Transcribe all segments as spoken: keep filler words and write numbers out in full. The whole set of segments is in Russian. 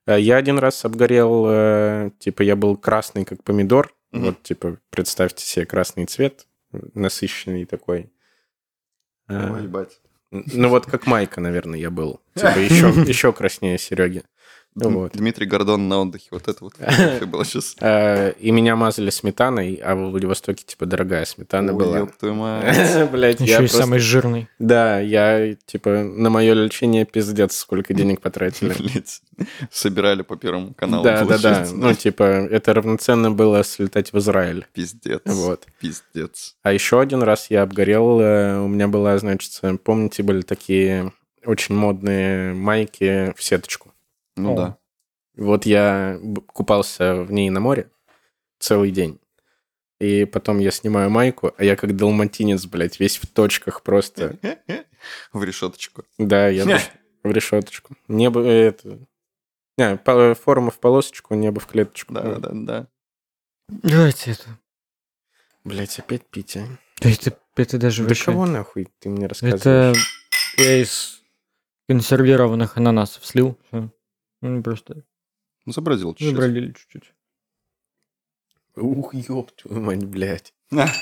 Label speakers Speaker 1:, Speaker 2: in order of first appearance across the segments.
Speaker 1: Я один раз обгорел, типа, я был красный, как помидор. Mm-hmm. Вот, типа, представьте себе красный цвет, насыщенный такой.
Speaker 2: Ой, ебать.
Speaker 1: Ну, вот как Майка, наверное, я был. Типа, еще, еще краснее Сереги. Вот.
Speaker 2: Дмитрий Гордон на отдыхе. Вот это вот было сейчас.
Speaker 1: И меня мазали сметаной, а в Владивостоке, типа, дорогая сметана была.
Speaker 2: Ёб твою мать.
Speaker 1: Блядь,
Speaker 3: еще и самый жирный.
Speaker 1: Да, я, типа, на мое лечение пиздец, сколько денег потратили.
Speaker 2: Блядь. Собирали по Первому каналу.
Speaker 1: Да, да, да. Ну, типа, это равноценно было слетать в Израиль.
Speaker 2: Пиздец.
Speaker 1: Вот.
Speaker 2: Пиздец.
Speaker 1: А еще один раз я обгорел. У меня была, значит, помните, были такие очень модные майки в сеточку.
Speaker 2: Ну О. да.
Speaker 1: Вот я купался в ней на море целый день. И потом я снимаю майку, а я как далматинец, блядь, весь в точках просто.
Speaker 2: В решеточку.
Speaker 1: Да, я в решеточку. Небо это... Не, форма в полосочку, небо в клеточку.
Speaker 2: Да, да, да.
Speaker 3: Давайте это.
Speaker 1: Блядь, опять пить, а?
Speaker 3: Да это, это даже
Speaker 1: Да
Speaker 3: вообще...
Speaker 1: кого нахуй ты мне рассказываешь?
Speaker 3: Это я из консервированных ананасов слил. Ну, просто...
Speaker 2: Забродил чуть-чуть.
Speaker 3: Забродили чуть-чуть.
Speaker 1: Ух, ёб твою мать, блядь.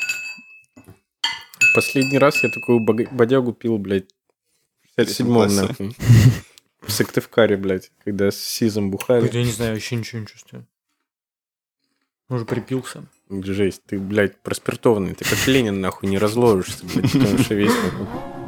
Speaker 1: Последний раз я такую бодягу пил, блядь, в пятьдесят седьмом, нахуй. В Сыктывкаре, блядь, когда с Сизом бухали.
Speaker 3: Я не знаю, вообще ничего не чувствую. Может, припился.
Speaker 1: Жесть, ты, блядь, проспиртованный. Ты как Ленин, нахуй, не разложишься, блядь, потому что весь нахуй.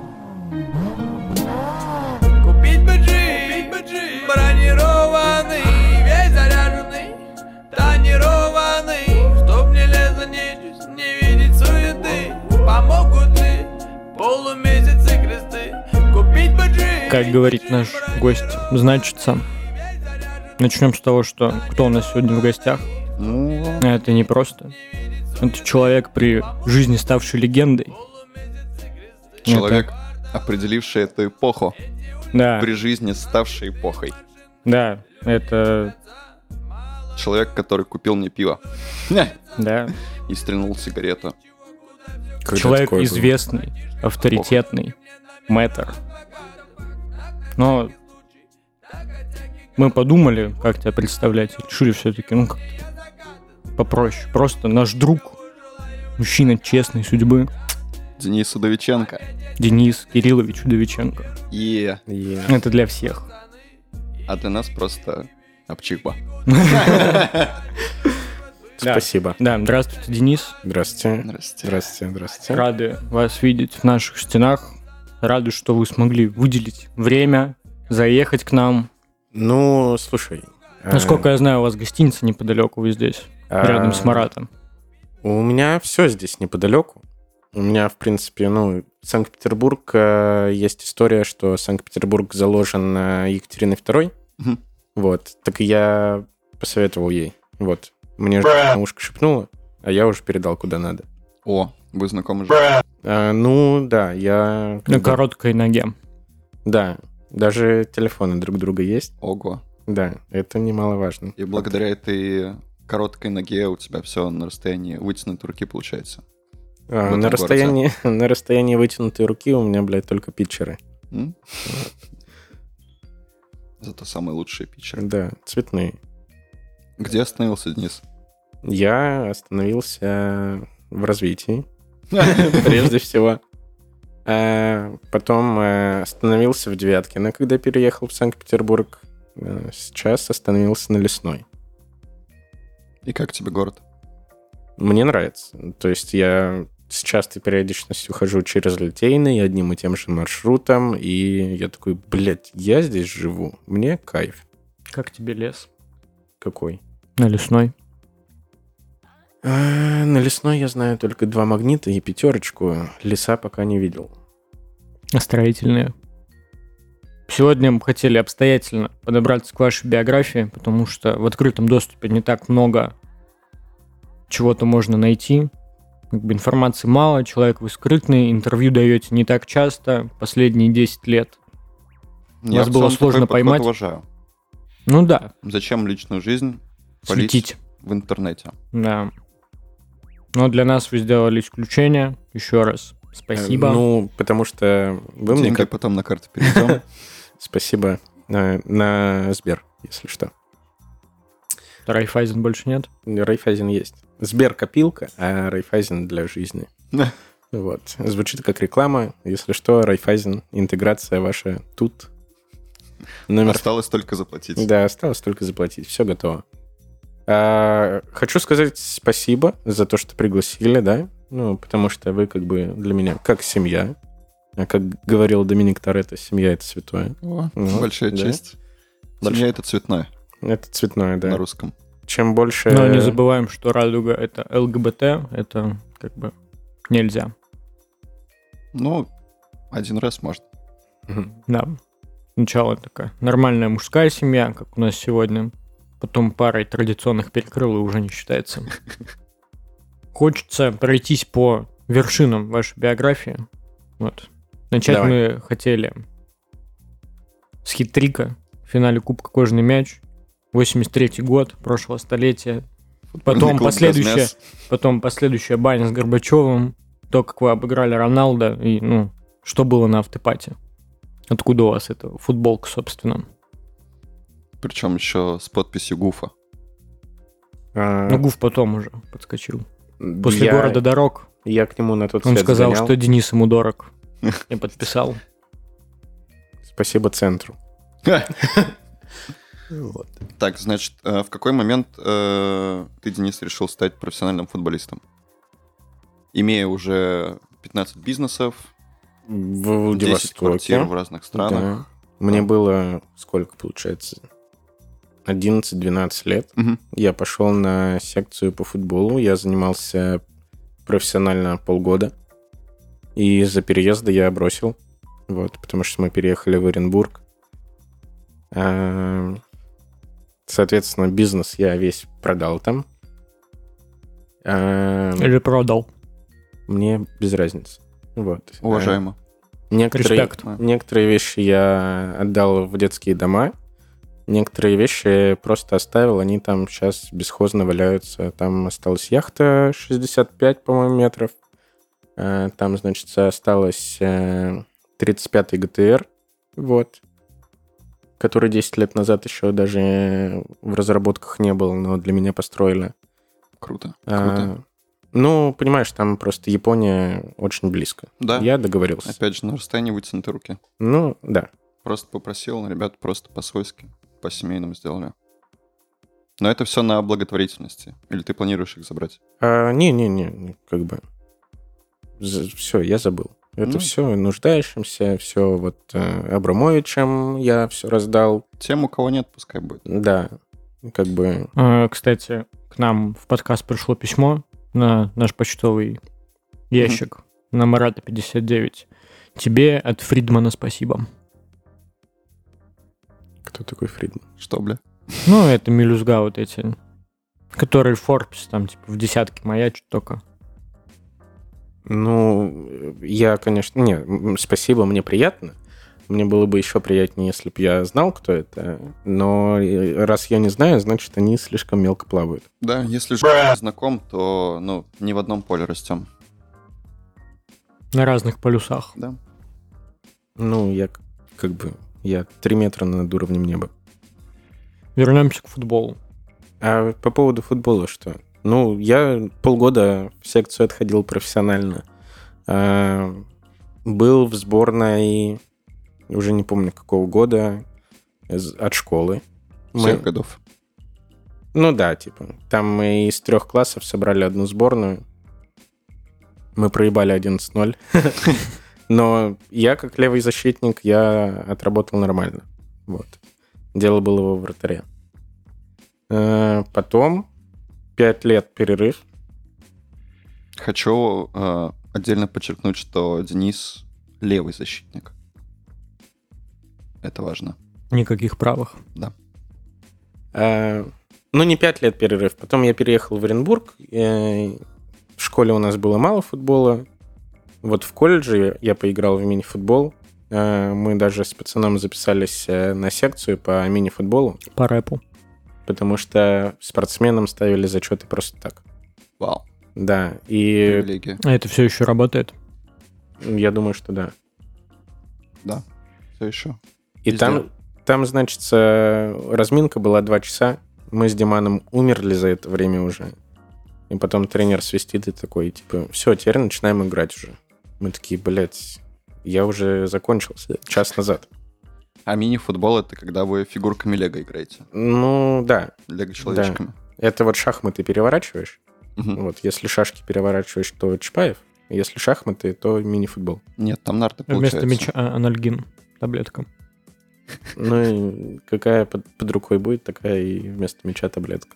Speaker 4: Купить бы джип, бронированный, весь заряженный, тонированный, чтоб не лезла нечисть, не видеть суеты. Помогут ли полумесяцы кресты? Купить бы джип.
Speaker 3: Как говорит наш гость, значится. Начнем с того, что кто у нас сегодня в гостях.
Speaker 2: Ну,
Speaker 3: это не просто. Это человек, при жизни ставший легендой.
Speaker 2: Человек, это... определивший эту эпоху.
Speaker 3: Да.
Speaker 2: При жизни ставший эпохой.
Speaker 3: Да, это...
Speaker 2: Человек, который купил мне пиво.
Speaker 3: Да.
Speaker 2: И стрельнул сигарету.
Speaker 3: Когда человек известный, был? Авторитетный, мэтр. Но мы подумали, как тебя представлять, и решили все-таки, ну, как-то попроще. Просто наш друг, мужчина честной судьбы.
Speaker 2: Денис Удовиченко.
Speaker 3: Денис Кириллович Удовиченко.
Speaker 2: Yeah.
Speaker 3: Yeah. Это для всех.
Speaker 2: А для нас просто обчихба.
Speaker 1: Спасибо.
Speaker 3: Да, здравствуйте, Денис.
Speaker 1: Здравствуйте.
Speaker 2: Здравствуйте.
Speaker 1: Здравствуйте, здравствуйте.
Speaker 3: Рады вас видеть в наших стенах. Рады, что вы смогли выделить время, заехать к нам.
Speaker 1: Ну, слушай.
Speaker 3: Насколько а... я знаю, у вас гостиница неподалеку, вы здесь, а... рядом с Маратом.
Speaker 1: У меня все здесь неподалеку. У меня, в принципе, ну, Санкт-Петербург, есть история, что Санкт-Петербург заложен Екатериной второй.
Speaker 2: Mm-hmm.
Speaker 1: Вот. Так и я посоветовал ей. Вот. Мне же на ушко шепнула, а я уже передал куда надо.
Speaker 2: О, вы знакомы же?
Speaker 1: А, ну, да, я...
Speaker 3: На короткой ноге.
Speaker 1: Да, даже телефоны друг друга есть.
Speaker 2: Ого.
Speaker 1: Да, это немаловажно.
Speaker 2: И благодаря этой короткой ноге у тебя все на расстоянии вытянутой руки получается.
Speaker 1: А, на, расстоянии, на расстоянии вытянутой руки у меня, блядь, только питчеры.
Speaker 2: М? Зато самые лучшие питчеры.
Speaker 1: Да, цветные.
Speaker 2: Где остановился, Денис?
Speaker 1: Я остановился в развитии, прежде всего. Потом остановился в Девяткино, когда переехал в Санкт-Петербург. Сейчас остановился на Лесной.
Speaker 2: И как тебе город?
Speaker 1: Мне нравится. То есть я с частой периодичностью хожу через Литейный одним и тем же маршрутом, и я такой, блядь, я здесь живу, мне кайф.
Speaker 3: Как тебе лес?
Speaker 1: Какой?
Speaker 3: На Лесной.
Speaker 1: А, на Лесной я знаю только два магнита и пятерочку. Леса пока не видел.
Speaker 3: А строительные? Сегодня мы хотели обстоятельно подобраться к вашей биографии, потому что в открытом доступе не так много чего-то можно найти. Как бы информации мало, человек вы скрытный, интервью даете не так часто, последние десять лет.
Speaker 2: Я
Speaker 3: Вас было сложно поймать.
Speaker 2: Уважаю.
Speaker 3: Ну да.
Speaker 2: Зачем личную жизнь
Speaker 3: светить
Speaker 2: в интернете?
Speaker 3: Да. Но для нас вы сделали исключение. Еще раз спасибо.
Speaker 1: Ну, потому что вы
Speaker 2: Деньги
Speaker 1: мне как...
Speaker 2: потом на карту перейдем.
Speaker 1: Спасибо. На, на Сбер, если что.
Speaker 3: Райфайзен больше нет?
Speaker 1: Райфайзен есть. Сберкопилка, а Райфайзен для жизни.
Speaker 2: Да.
Speaker 1: Вот. Звучит как реклама. Если что, Райфайзен, интеграция ваша тут. Номер...
Speaker 2: Осталось только заплатить.
Speaker 1: Да, осталось только заплатить. Все готово. А, хочу сказать спасибо за то, что пригласили, да. Ну, потому что вы как бы для меня как семья. А как говорил Доминик Торетто, семья — это святое.
Speaker 2: О,
Speaker 1: Вот,
Speaker 2: большая
Speaker 1: да.
Speaker 2: честь.
Speaker 1: Больш-
Speaker 2: Семья — это цветное
Speaker 1: Это цветное, да.
Speaker 2: на русском.
Speaker 1: Чем больше...
Speaker 3: Но не забываем, что радуга — это ЛГБТ, это как бы нельзя.
Speaker 2: Ну, один раз может.
Speaker 1: Мгм.
Speaker 3: Да. Сначала такая нормальная мужская семья, как у нас сегодня. Потом парой традиционных перекрыл и уже не считается. Хочется пройтись по вершинам вашей биографии. Вот. Начать
Speaker 1: Давай.
Speaker 3: мы хотели с хит-трика в финале Кубка «Кожаный мяч». восемьдесят третий год прошлого столетия. Потом
Speaker 2: Клуб
Speaker 3: последующая,
Speaker 2: «Газмяс».
Speaker 3: потом последующая баня с Горбачевым. То, как вы обыграли Роналдо. И, ну, что было на автопате. Откуда у вас эта футболка, собственно?
Speaker 2: Причем еще с подписью Гуфа.
Speaker 1: А,
Speaker 3: Ну, Гуф потом уже подскочил. После
Speaker 1: я-
Speaker 3: города дорог
Speaker 1: Я к нему на тот
Speaker 3: он
Speaker 1: свет
Speaker 3: сказал,
Speaker 1: сгонял.
Speaker 3: что Денис ему дорог. И подписал.
Speaker 1: Спасибо центру. Вот.
Speaker 2: Так, значит, э, в какой момент э, ты, Денис, решил стать профессиональным футболистом? Имея уже пятнадцать бизнесов,
Speaker 1: В
Speaker 2: десять квартир в
Speaker 1: Владивостоке.
Speaker 2: разных странах.
Speaker 1: Да. Мне
Speaker 2: Да.
Speaker 1: было, сколько получается, одиннадцать-двенадцать лет.
Speaker 2: Мгм.
Speaker 1: Я пошел на секцию по футболу. Я занимался профессионально полгода. И из-за переезда я бросил. Вот, потому что мы переехали в Оренбург. А, Соответственно, бизнес я весь продал там. А,
Speaker 3: Или продал.
Speaker 1: Мне без разницы. Вот.
Speaker 2: Уважаемо.
Speaker 1: А, Некоторые,
Speaker 3: Респект.
Speaker 1: некоторые вещи я отдал в детские дома. Некоторые вещи просто оставил. Они там сейчас бесхозно валяются. Там осталась яхта шестьдесят пять, по-моему, метров. А, Там, значит, осталось э, тридцать пятый ГТР. Вот. Который десять лет назад еще даже в разработках не был, но для меня построили.
Speaker 2: Круто.
Speaker 1: А,
Speaker 2: Круто.
Speaker 1: Ну, понимаешь, там просто Япония очень близко.
Speaker 2: Да.
Speaker 1: Я договорился.
Speaker 2: Опять же, на расстоянии вытянутой руки.
Speaker 1: Ну, да.
Speaker 2: Просто попросил, ребят просто по-свойски, по-семейному сделали. Но это все на благотворительности. Или ты планируешь их забрать?
Speaker 1: А, Не-не-не, как бы... Все, я забыл. Это
Speaker 2: Ну.
Speaker 1: все нуждающимся, все вот э, Абрамовичем я все раздал.
Speaker 2: Тем, у кого нет, пускай будет.
Speaker 1: Да, как бы...
Speaker 3: А, Кстати, к нам в подкаст пришло письмо на наш почтовый ящик на Марата пятьдесят девять. Тебе от Фридмана спасибо.
Speaker 1: Кто такой Фридман?
Speaker 2: Что, бля?
Speaker 3: Ну, это мелюзга вот эти, которые Forbes там типа в десятке маячат только.
Speaker 1: Ну, я, конечно... Не, м, спасибо, мне приятно. Мне было бы еще приятнее, если бы я знал, кто это. Но э, раз я не знаю, значит, они слишком мелко плавают.
Speaker 2: Да, если же знаком, то, ну, не в одном поле растем.
Speaker 3: На разных полюсах.
Speaker 2: Да.
Speaker 1: Ну, я к- как бы... Я три метра над уровнем неба.
Speaker 3: Вернемся к футболу.
Speaker 1: А по поводу футбола что? Ну, я полгода в секцию отходил профессионально. А, Был в сборной, уже не помню какого года, из- от школы. Мы-
Speaker 2: Всех годов.
Speaker 1: Ну да, типа. Там мы из трех классов собрали одну сборную. Мы проебали одиннадцать ноль. Но я, как левый защитник, я отработал нормально. Вот. Дело было во вратаре. Э, Потом пять лет перерыв.
Speaker 2: Хочу э, отдельно подчеркнуть, что Денис левый защитник. Это важно.
Speaker 3: Никаких правых.
Speaker 1: Э, Ну, не пять лет перерыв. Потом я переехал в Оренбург. э, В школе у нас было мало футбола. Вот в колледже я поиграл в мини-футбол. Э, Мы даже с пацаном записались э, на секцию по мини-футболу,
Speaker 3: По рэпу.
Speaker 1: потому что спортсменам ставили зачеты просто так.
Speaker 2: Вау.
Speaker 1: Да, и
Speaker 2: Привилегия.
Speaker 3: А это все еще работает?
Speaker 1: я думаю, что да.
Speaker 2: Да. Все еще.
Speaker 1: И
Speaker 2: Везде.
Speaker 1: там, там, значит, разминка была два часа. мы с Диманом умерли за это время уже. И потом тренер свистит и такой, типа, все, теперь начинаем играть уже. Мы такие, блядь, я уже закончился час назад.
Speaker 2: А мини-футбол — это когда вы фигурками лего играете?
Speaker 1: Ну, да.
Speaker 2: Лего-человечками?
Speaker 1: Да. Это вот шахматы переворачиваешь.
Speaker 2: Угу.
Speaker 1: Вот, если шашки переворачиваешь, то Чапаев. Если шахматы, то мини-футбол.
Speaker 2: Нет, там нарты получается.
Speaker 3: Вместо мяча а, анальгин таблетка.
Speaker 1: Ну и какая под, под рукой будет, такая и вместо мяча таблетка.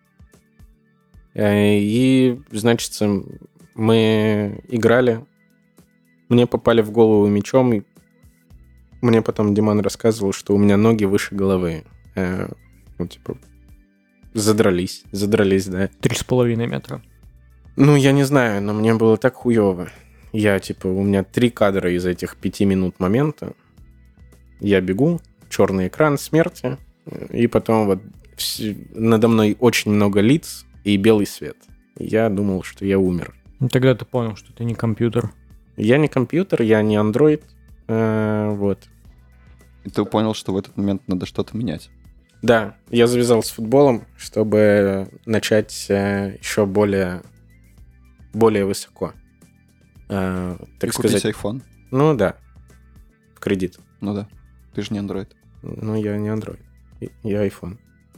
Speaker 1: И, значит, мы играли. Мне попали в голову мячом. И мне потом Диман рассказывал, что у меня ноги выше головы. Ну, типа, задрались. Задрались, да.
Speaker 3: Три с половиной метра.
Speaker 1: Ну, я не знаю, но мне было так хуёво. Я, типа, у меня три кадра из этих пяти минут момента. Я бегу, черный экран смерти, и потом вот вс- надо мной очень много лиц и белый свет. Я думал, что я умер.
Speaker 3: Ну, тогда ты понял, что ты не компьютер.
Speaker 1: Я не компьютер, я не андроид. Э, вот.
Speaker 2: И ты понял, что в этот момент надо что-то менять.
Speaker 1: Да, я завязал с футболом, чтобы начать э, еще более, более высоко. Э, так
Speaker 2: И купить
Speaker 1: сказать.
Speaker 2: iPhone.
Speaker 1: Ну да, в кредит.
Speaker 2: Ну да. Ты же не Android.
Speaker 1: Ну, я не Android. Я iPhone.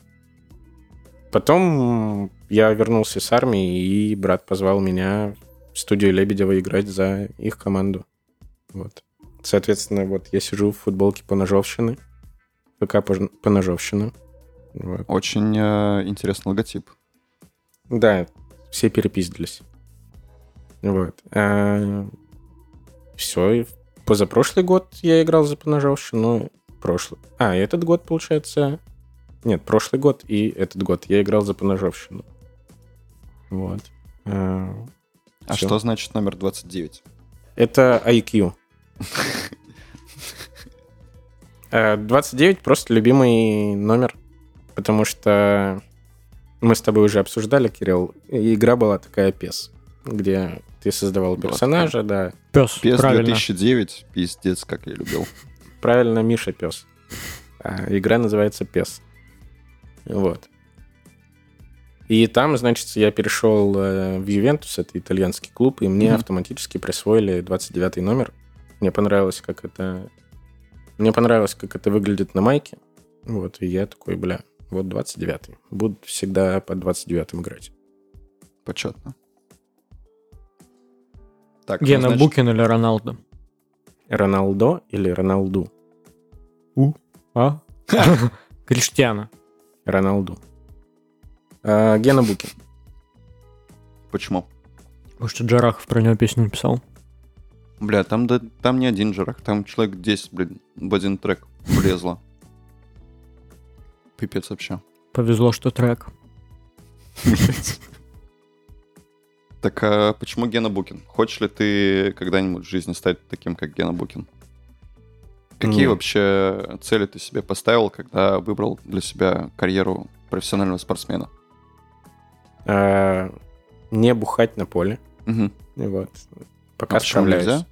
Speaker 1: Потом я вернулся с армии, и брат позвал меня в студию Лебедева играть за их команду. Вот. Соответственно, вот я сижу в футболке поножовщины. ПК поножовщина. Вот.
Speaker 2: Очень э, интересный логотип.
Speaker 1: Да, все перепиздились. Вот. А, все. Позапрошлый год я играл за поножовщину. Прошлый. А, этот год, получается... Нет, прошлый год и этот год я играл за поножовщину. Вот. А,
Speaker 2: а
Speaker 1: всё.
Speaker 2: Что значит номер двадцать девять?
Speaker 1: Это ай кью. двадцать девять просто любимый номер, потому что мы с тобой уже обсуждали, Кирилл, игра была такая пес, где ты создавал персонажа, да.
Speaker 3: Пес,
Speaker 2: пес
Speaker 3: правильно.
Speaker 2: две тысячи девять, пиздец, как я любил.
Speaker 1: Правильно, Миша пес. А игра называется Пес. Вот. И там, значит, я перешел в Ювентус, это итальянский клуб, и мне mm-hmm. автоматически присвоили двадцать девятый номер. Мне понравилось, как это... Мне понравилось, как это выглядит на майке. Вот, и я такой, бля, вот двадцать девятый. Буду всегда под двадцать девятым играть.
Speaker 2: Почетно. Так,
Speaker 3: Гена,
Speaker 2: ну, значит...
Speaker 3: Букин или Роналдо?
Speaker 1: Роналдо или Роналду?
Speaker 3: У? А? Криштиану.
Speaker 1: Роналду. А, Гена Букин.
Speaker 2: Почему?
Speaker 3: Потому что Джарахов про него песню написал.
Speaker 2: Бля, там, да, там не один Джарах, там человек десять, блин, в один трек влезло. Пипец вообще.
Speaker 3: Повезло, что трек.
Speaker 2: Так а почему Гена Букин? Хочешь ли ты когда-нибудь в жизни стать таким, как Гена Букин? Какие
Speaker 1: Нет.
Speaker 2: вообще цели ты себе поставил, когда выбрал для себя карьеру профессионального спортсмена?
Speaker 1: А, не бухать на поле.
Speaker 2: Угу.
Speaker 1: Вот. Пока
Speaker 2: А почему
Speaker 1: справляюсь.
Speaker 2: нельзя?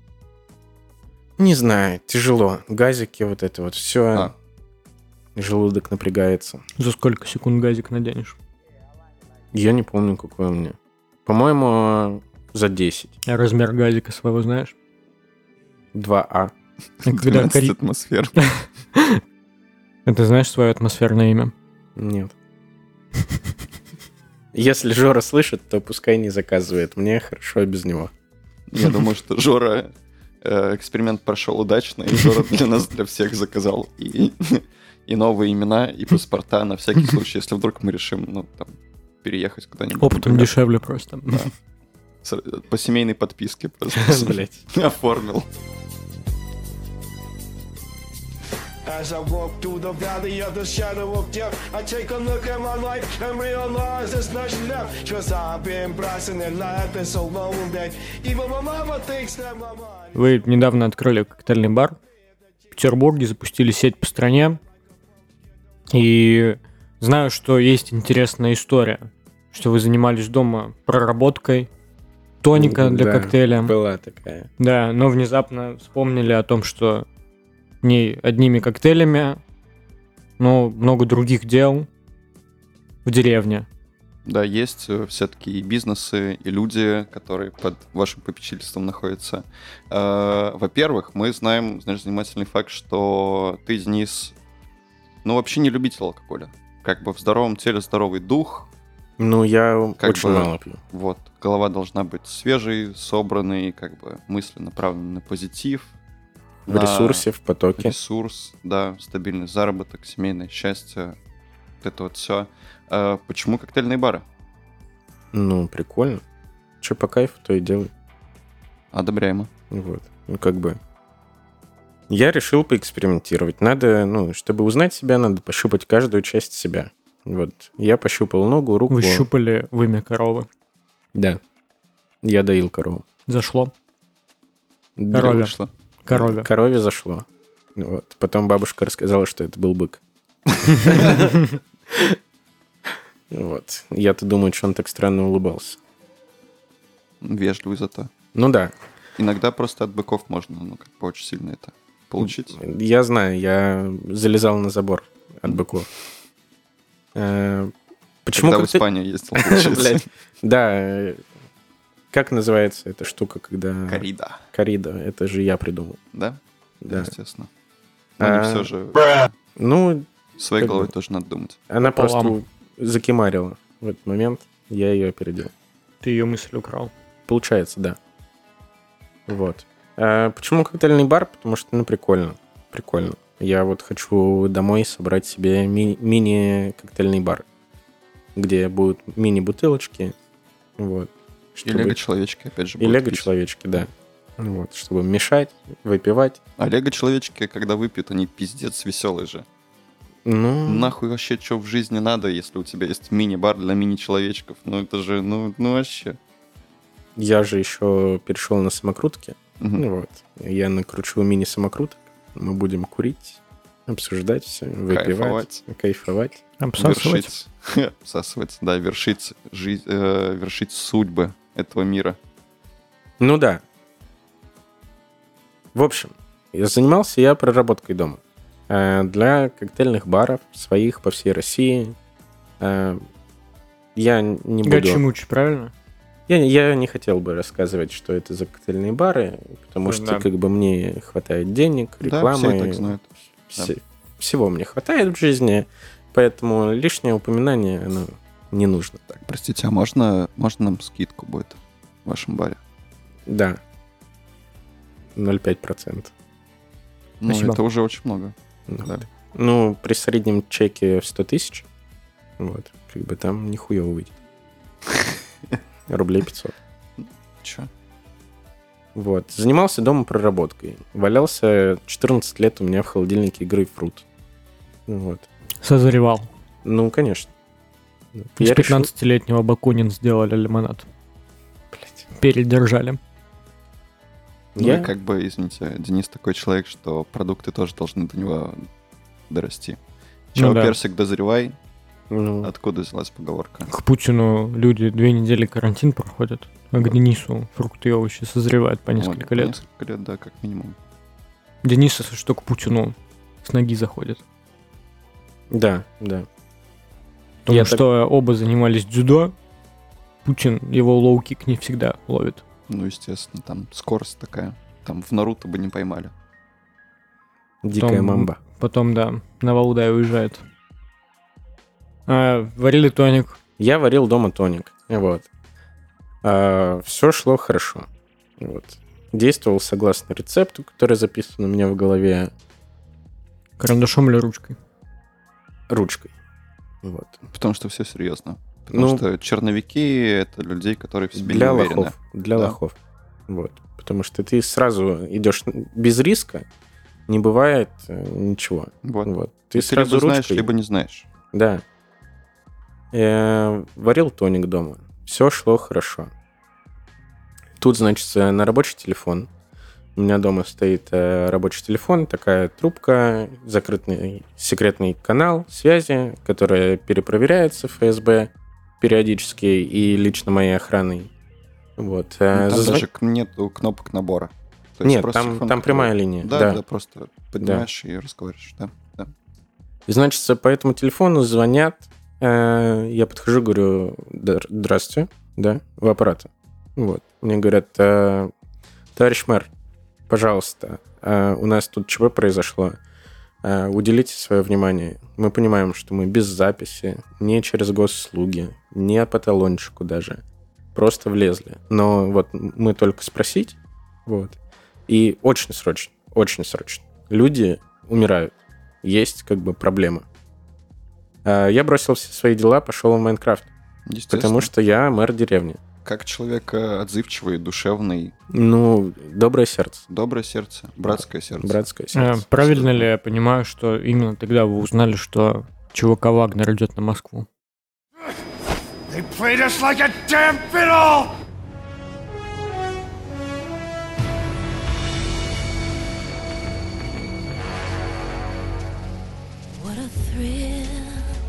Speaker 1: Не знаю, тяжело. Газики, вот это вот все.
Speaker 2: А.
Speaker 1: Желудок напрягается.
Speaker 3: За сколько секунд газик наденешь?
Speaker 1: Я не помню, какой у меня. По-моему, за десять.
Speaker 3: А размер газика своего знаешь?
Speaker 1: два А.
Speaker 3: Когда
Speaker 2: двенадцать
Speaker 3: кори-
Speaker 2: атмосфер.
Speaker 3: Это знаешь свое атмосферное имя?
Speaker 1: Нет. Если Жора слышит, то пускай не заказывает. Мне хорошо без него.
Speaker 2: Я думаю, что Жора э, эксперимент прошел удачно, и Жора для нас, для всех заказал и, и новые имена, и паспорта на всякий случай, если вдруг мы решим, ну, там, переехать куда-нибудь.
Speaker 3: Опытом
Speaker 2: например.
Speaker 3: дешевле просто.
Speaker 2: Да. С- По семейной подписке просто
Speaker 1: Блять.
Speaker 2: оформил.
Speaker 5: As I walk through the valley of the shadow of death, I take a look at my life and realize there's nothing left. Cause I've been blasting and life been so long that even my mama thinks that my mind...
Speaker 3: Вы недавно открыли коктейльный бар. В Петербурге запустили сеть по стране. И знаю, что есть интересная история, что вы занимались дома проработкой тоника для
Speaker 1: Да,
Speaker 3: коктейля.
Speaker 1: Была такая.
Speaker 3: Да, но внезапно вспомнили о том, что не одними коктейлями, но много других дел. в деревне.
Speaker 2: Да, есть э, все-таки и бизнесы, и люди, которые под вашим попечительством находятся. Э, Во-первых, мы знаем, знаешь, занимательный факт, что ты, Денис, ну, вообще не любитель алкоголя. Как бы в здоровом теле здоровый дух.
Speaker 1: Ну, я
Speaker 2: Как
Speaker 1: очень
Speaker 2: бы-
Speaker 1: мало пью.
Speaker 2: Вот, голова должна быть свежей, собранной, как бы мысли направлены на позитив.
Speaker 1: В
Speaker 2: на
Speaker 1: ресурсе, в потоке.
Speaker 2: Ресурс, да, стабильный заработок, семейное счастье. Вот это вот все. Почему коктейльные бары?
Speaker 1: Ну, прикольно. Че по кайфу, то и делай.
Speaker 2: Одобряемо.
Speaker 1: Вот. Ну, как бы... Я решил поэкспериментировать. Надо, ну, чтобы узнать себя, надо пощупать каждую часть себя. Вот. Я пощупал ногу, руку.
Speaker 3: Вы щупали вымя коровы.
Speaker 1: Да. Я доил корову.
Speaker 3: Зашло.
Speaker 1: Да,
Speaker 3: Корове.
Speaker 2: Вышло.
Speaker 3: Корове.
Speaker 1: Корове зашло. Вот. Потом бабушка рассказала, что это был бык. Вот. Я-то думаю, что он так странно улыбался.
Speaker 2: Вежливый зато.
Speaker 1: Ну да.
Speaker 2: Иногда просто от быков можно, ну, как бы очень сильно это получить.
Speaker 1: Я знаю, я залезал на забор от быков. Э, Почему
Speaker 2: Когда в
Speaker 1: коктейль-
Speaker 2: Испанию ездил, получается.
Speaker 1: Блядь. Да. э, Как называется эта штука, когда...
Speaker 2: Корида.
Speaker 1: Корида. Это же я придумал.
Speaker 2: Да?
Speaker 1: Да.
Speaker 2: Естественно. Но не
Speaker 1: А,
Speaker 2: все же
Speaker 1: Ну,
Speaker 2: своей
Speaker 1: как
Speaker 2: головой
Speaker 1: бы.
Speaker 2: тоже надо думать.
Speaker 1: она
Speaker 3: Пополам.
Speaker 1: просто закимарила в этот момент. Я ее опередил.
Speaker 3: Ты ее мысль украл.
Speaker 1: Получается, да. Вот. А почему коктейльный бар? Потому что, ну, прикольно. Прикольно. Я вот хочу домой собрать себе ми- мини-коктейльный бар, где будут мини-бутылочки. Вот.
Speaker 2: И
Speaker 1: Чтобы-
Speaker 2: лего-человечки, опять же,
Speaker 1: И
Speaker 2: будут пить.
Speaker 1: лего-человечки, да. Вот, чтобы мешать, выпивать.
Speaker 2: А лего-человечки, когда выпьют, они пиздец веселые же.
Speaker 1: Ну,
Speaker 2: Нахуй вообще что в жизни надо, если у тебя есть мини-бар для мини-человечков? Ну это же, ну, ну вообще.
Speaker 1: я же еще перешел на самокрутки.
Speaker 2: Мгм.
Speaker 1: Ну вот. Я накручу мини-самокруток. Мы будем курить, обсуждать все, выпивать,
Speaker 2: Кайфовать.
Speaker 1: кайфовать.
Speaker 3: Обсасывать.
Speaker 2: Вершить. Обсасывать, да, вершить, жизнь, э, вершить судьбы этого мира.
Speaker 1: Ну да. В общем, я занимался я проработкой дома. Э, Для коктейльных баров своих по всей России. Э, Я не буду...
Speaker 3: Гачи-мучи, правильно?
Speaker 1: Я, я не хотел бы рассказывать, что это за коктейльные бары, потому
Speaker 3: Ну
Speaker 1: что
Speaker 3: да.
Speaker 1: как бы мне хватает денег,
Speaker 2: Да,
Speaker 1: рекламы.
Speaker 2: все и так знают.
Speaker 1: все- Всего мне хватает в жизни, поэтому лишнее упоминание оно не нужно.
Speaker 2: Так, простите, а можно, можно нам скидку будет в вашем баре?
Speaker 1: Да. ноль целых пять десятых процента.
Speaker 2: Ну,
Speaker 3: Спасибо.
Speaker 2: это уже очень много.
Speaker 1: Ну,
Speaker 2: Да.
Speaker 1: Ну, при среднем чеке в сто тысяч, вот, как бы там нихуево выйдет. Рублей пятьсот.
Speaker 2: Че?
Speaker 1: Вот. Занимался дома проработкой. Валялся четырнадцать лет у меня в холодильнике грейпфрут. Вот.
Speaker 3: Созревал.
Speaker 1: Ну, конечно.
Speaker 3: Из
Speaker 1: Я решил-
Speaker 3: пятнадцатилетнего Бакунин сделали лимонад.
Speaker 1: Блядь.
Speaker 3: Передержали.
Speaker 2: Ну,
Speaker 1: Я-
Speaker 2: и как бы, извините, Денис такой человек, что продукты тоже должны до него дорасти. Чего
Speaker 3: Ну да.
Speaker 2: персик дозревай?
Speaker 1: Ну,
Speaker 2: Откуда взялась поговорка?
Speaker 3: К Путину люди две недели карантин проходят, а к Денису фрукты и овощи созревают по несколько
Speaker 2: Вот,
Speaker 3: лет.
Speaker 2: Несколько лет, да, как минимум.
Speaker 3: Денис, если что, к Путину с ноги заходит.
Speaker 1: да, да.
Speaker 3: Потому
Speaker 1: Я
Speaker 3: что оба занимались дзюдо, Путин его лоу-кик не всегда ловит.
Speaker 2: Ну, естественно, там скорость такая. Там в Наруто бы не поймали.
Speaker 1: Дикая
Speaker 3: Потом-
Speaker 1: мамба.
Speaker 3: Потом, да, на Валдай уезжает. А, варили тоник.
Speaker 1: Я варил дома тоник. Вот. Все шло хорошо. Вот. Действовал согласно рецепту, который записан у меня в голове
Speaker 3: Карандашом или ручкой?
Speaker 1: ручкой. Вот.
Speaker 2: Потому что все серьезно. Потому
Speaker 1: Ну,
Speaker 2: что черновики — это людей, которые в себе
Speaker 1: Для
Speaker 2: не уверены.
Speaker 1: лохов. Для
Speaker 2: Да.
Speaker 1: лохов. Вот. Потому что ты сразу идешь без риска, не бывает э, ничего.
Speaker 2: Вот.
Speaker 1: Вот. Ты,
Speaker 2: Ты
Speaker 1: сразу
Speaker 2: либо знаешь,
Speaker 1: ручкой.
Speaker 2: либо не знаешь.
Speaker 1: Да. Э, варил тоник дома. Все шло хорошо. Тут, значит, э, на рабочий телефон. У меня дома стоит э, рабочий телефон, такая трубка, закрытый секретный канал связи, которая перепроверяется в эф эс бэ периодически и лично моей охраной. Вот. э,
Speaker 2: Ну, там
Speaker 1: зазв-
Speaker 2: даже к- нету кнопок набора. То есть
Speaker 1: Нет,
Speaker 2: просто
Speaker 1: там,
Speaker 2: телефон,
Speaker 1: там
Speaker 2: который-
Speaker 1: прямая линия.
Speaker 2: Да,
Speaker 1: да.
Speaker 2: да, просто поднимаешь и разговариваешь. Да, да.
Speaker 1: И, значит, по этому телефону звонят Э, Я подхожу, говорю, «Дар- здравствуйте, да, в аппарат. Вот. Мне говорят, «Э, товарищ мэр, пожалуйста, э, у нас тут ЧП произошло. Э, Уделите свое внимание. Мы понимаем, что мы без записи, не через госуслуги, не по талончику даже. Просто влезли. Но вот мы только спросить, вот. И очень срочно, очень срочно. Люди умирают. Есть как бы проблема. Э, Я бросил все свои дела, пошел в Майнкрафт,
Speaker 2: Естественно.
Speaker 1: потому что я мэр деревни.
Speaker 2: Как человек э, отзывчивый, душевный,
Speaker 1: Ну, доброе сердце,
Speaker 2: доброе сердце, братское сердце.
Speaker 1: братское
Speaker 3: Э,
Speaker 1: сердце.
Speaker 3: Правильно ли я понимаю, что именно тогда вы узнали, что ЧВК «Вагнер» идет на Москву?
Speaker 5: They played us like a damn fiddle!
Speaker 6: What a thrill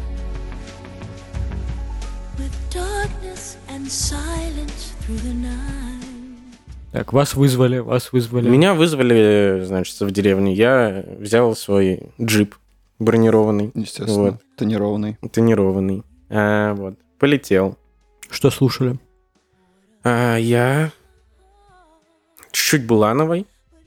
Speaker 6: with darkness and silence through the night.
Speaker 3: Так, вас вызвали, вас вызвали.
Speaker 1: Меня вызвали, значит, в деревне. Я взял свой джип бронированный,
Speaker 2: Естественно,
Speaker 1: Вот.
Speaker 2: тонированный.
Speaker 1: тонированный. А, вот. Полетел.
Speaker 3: Что слушали?
Speaker 1: А, я чуть-чуть Булановой,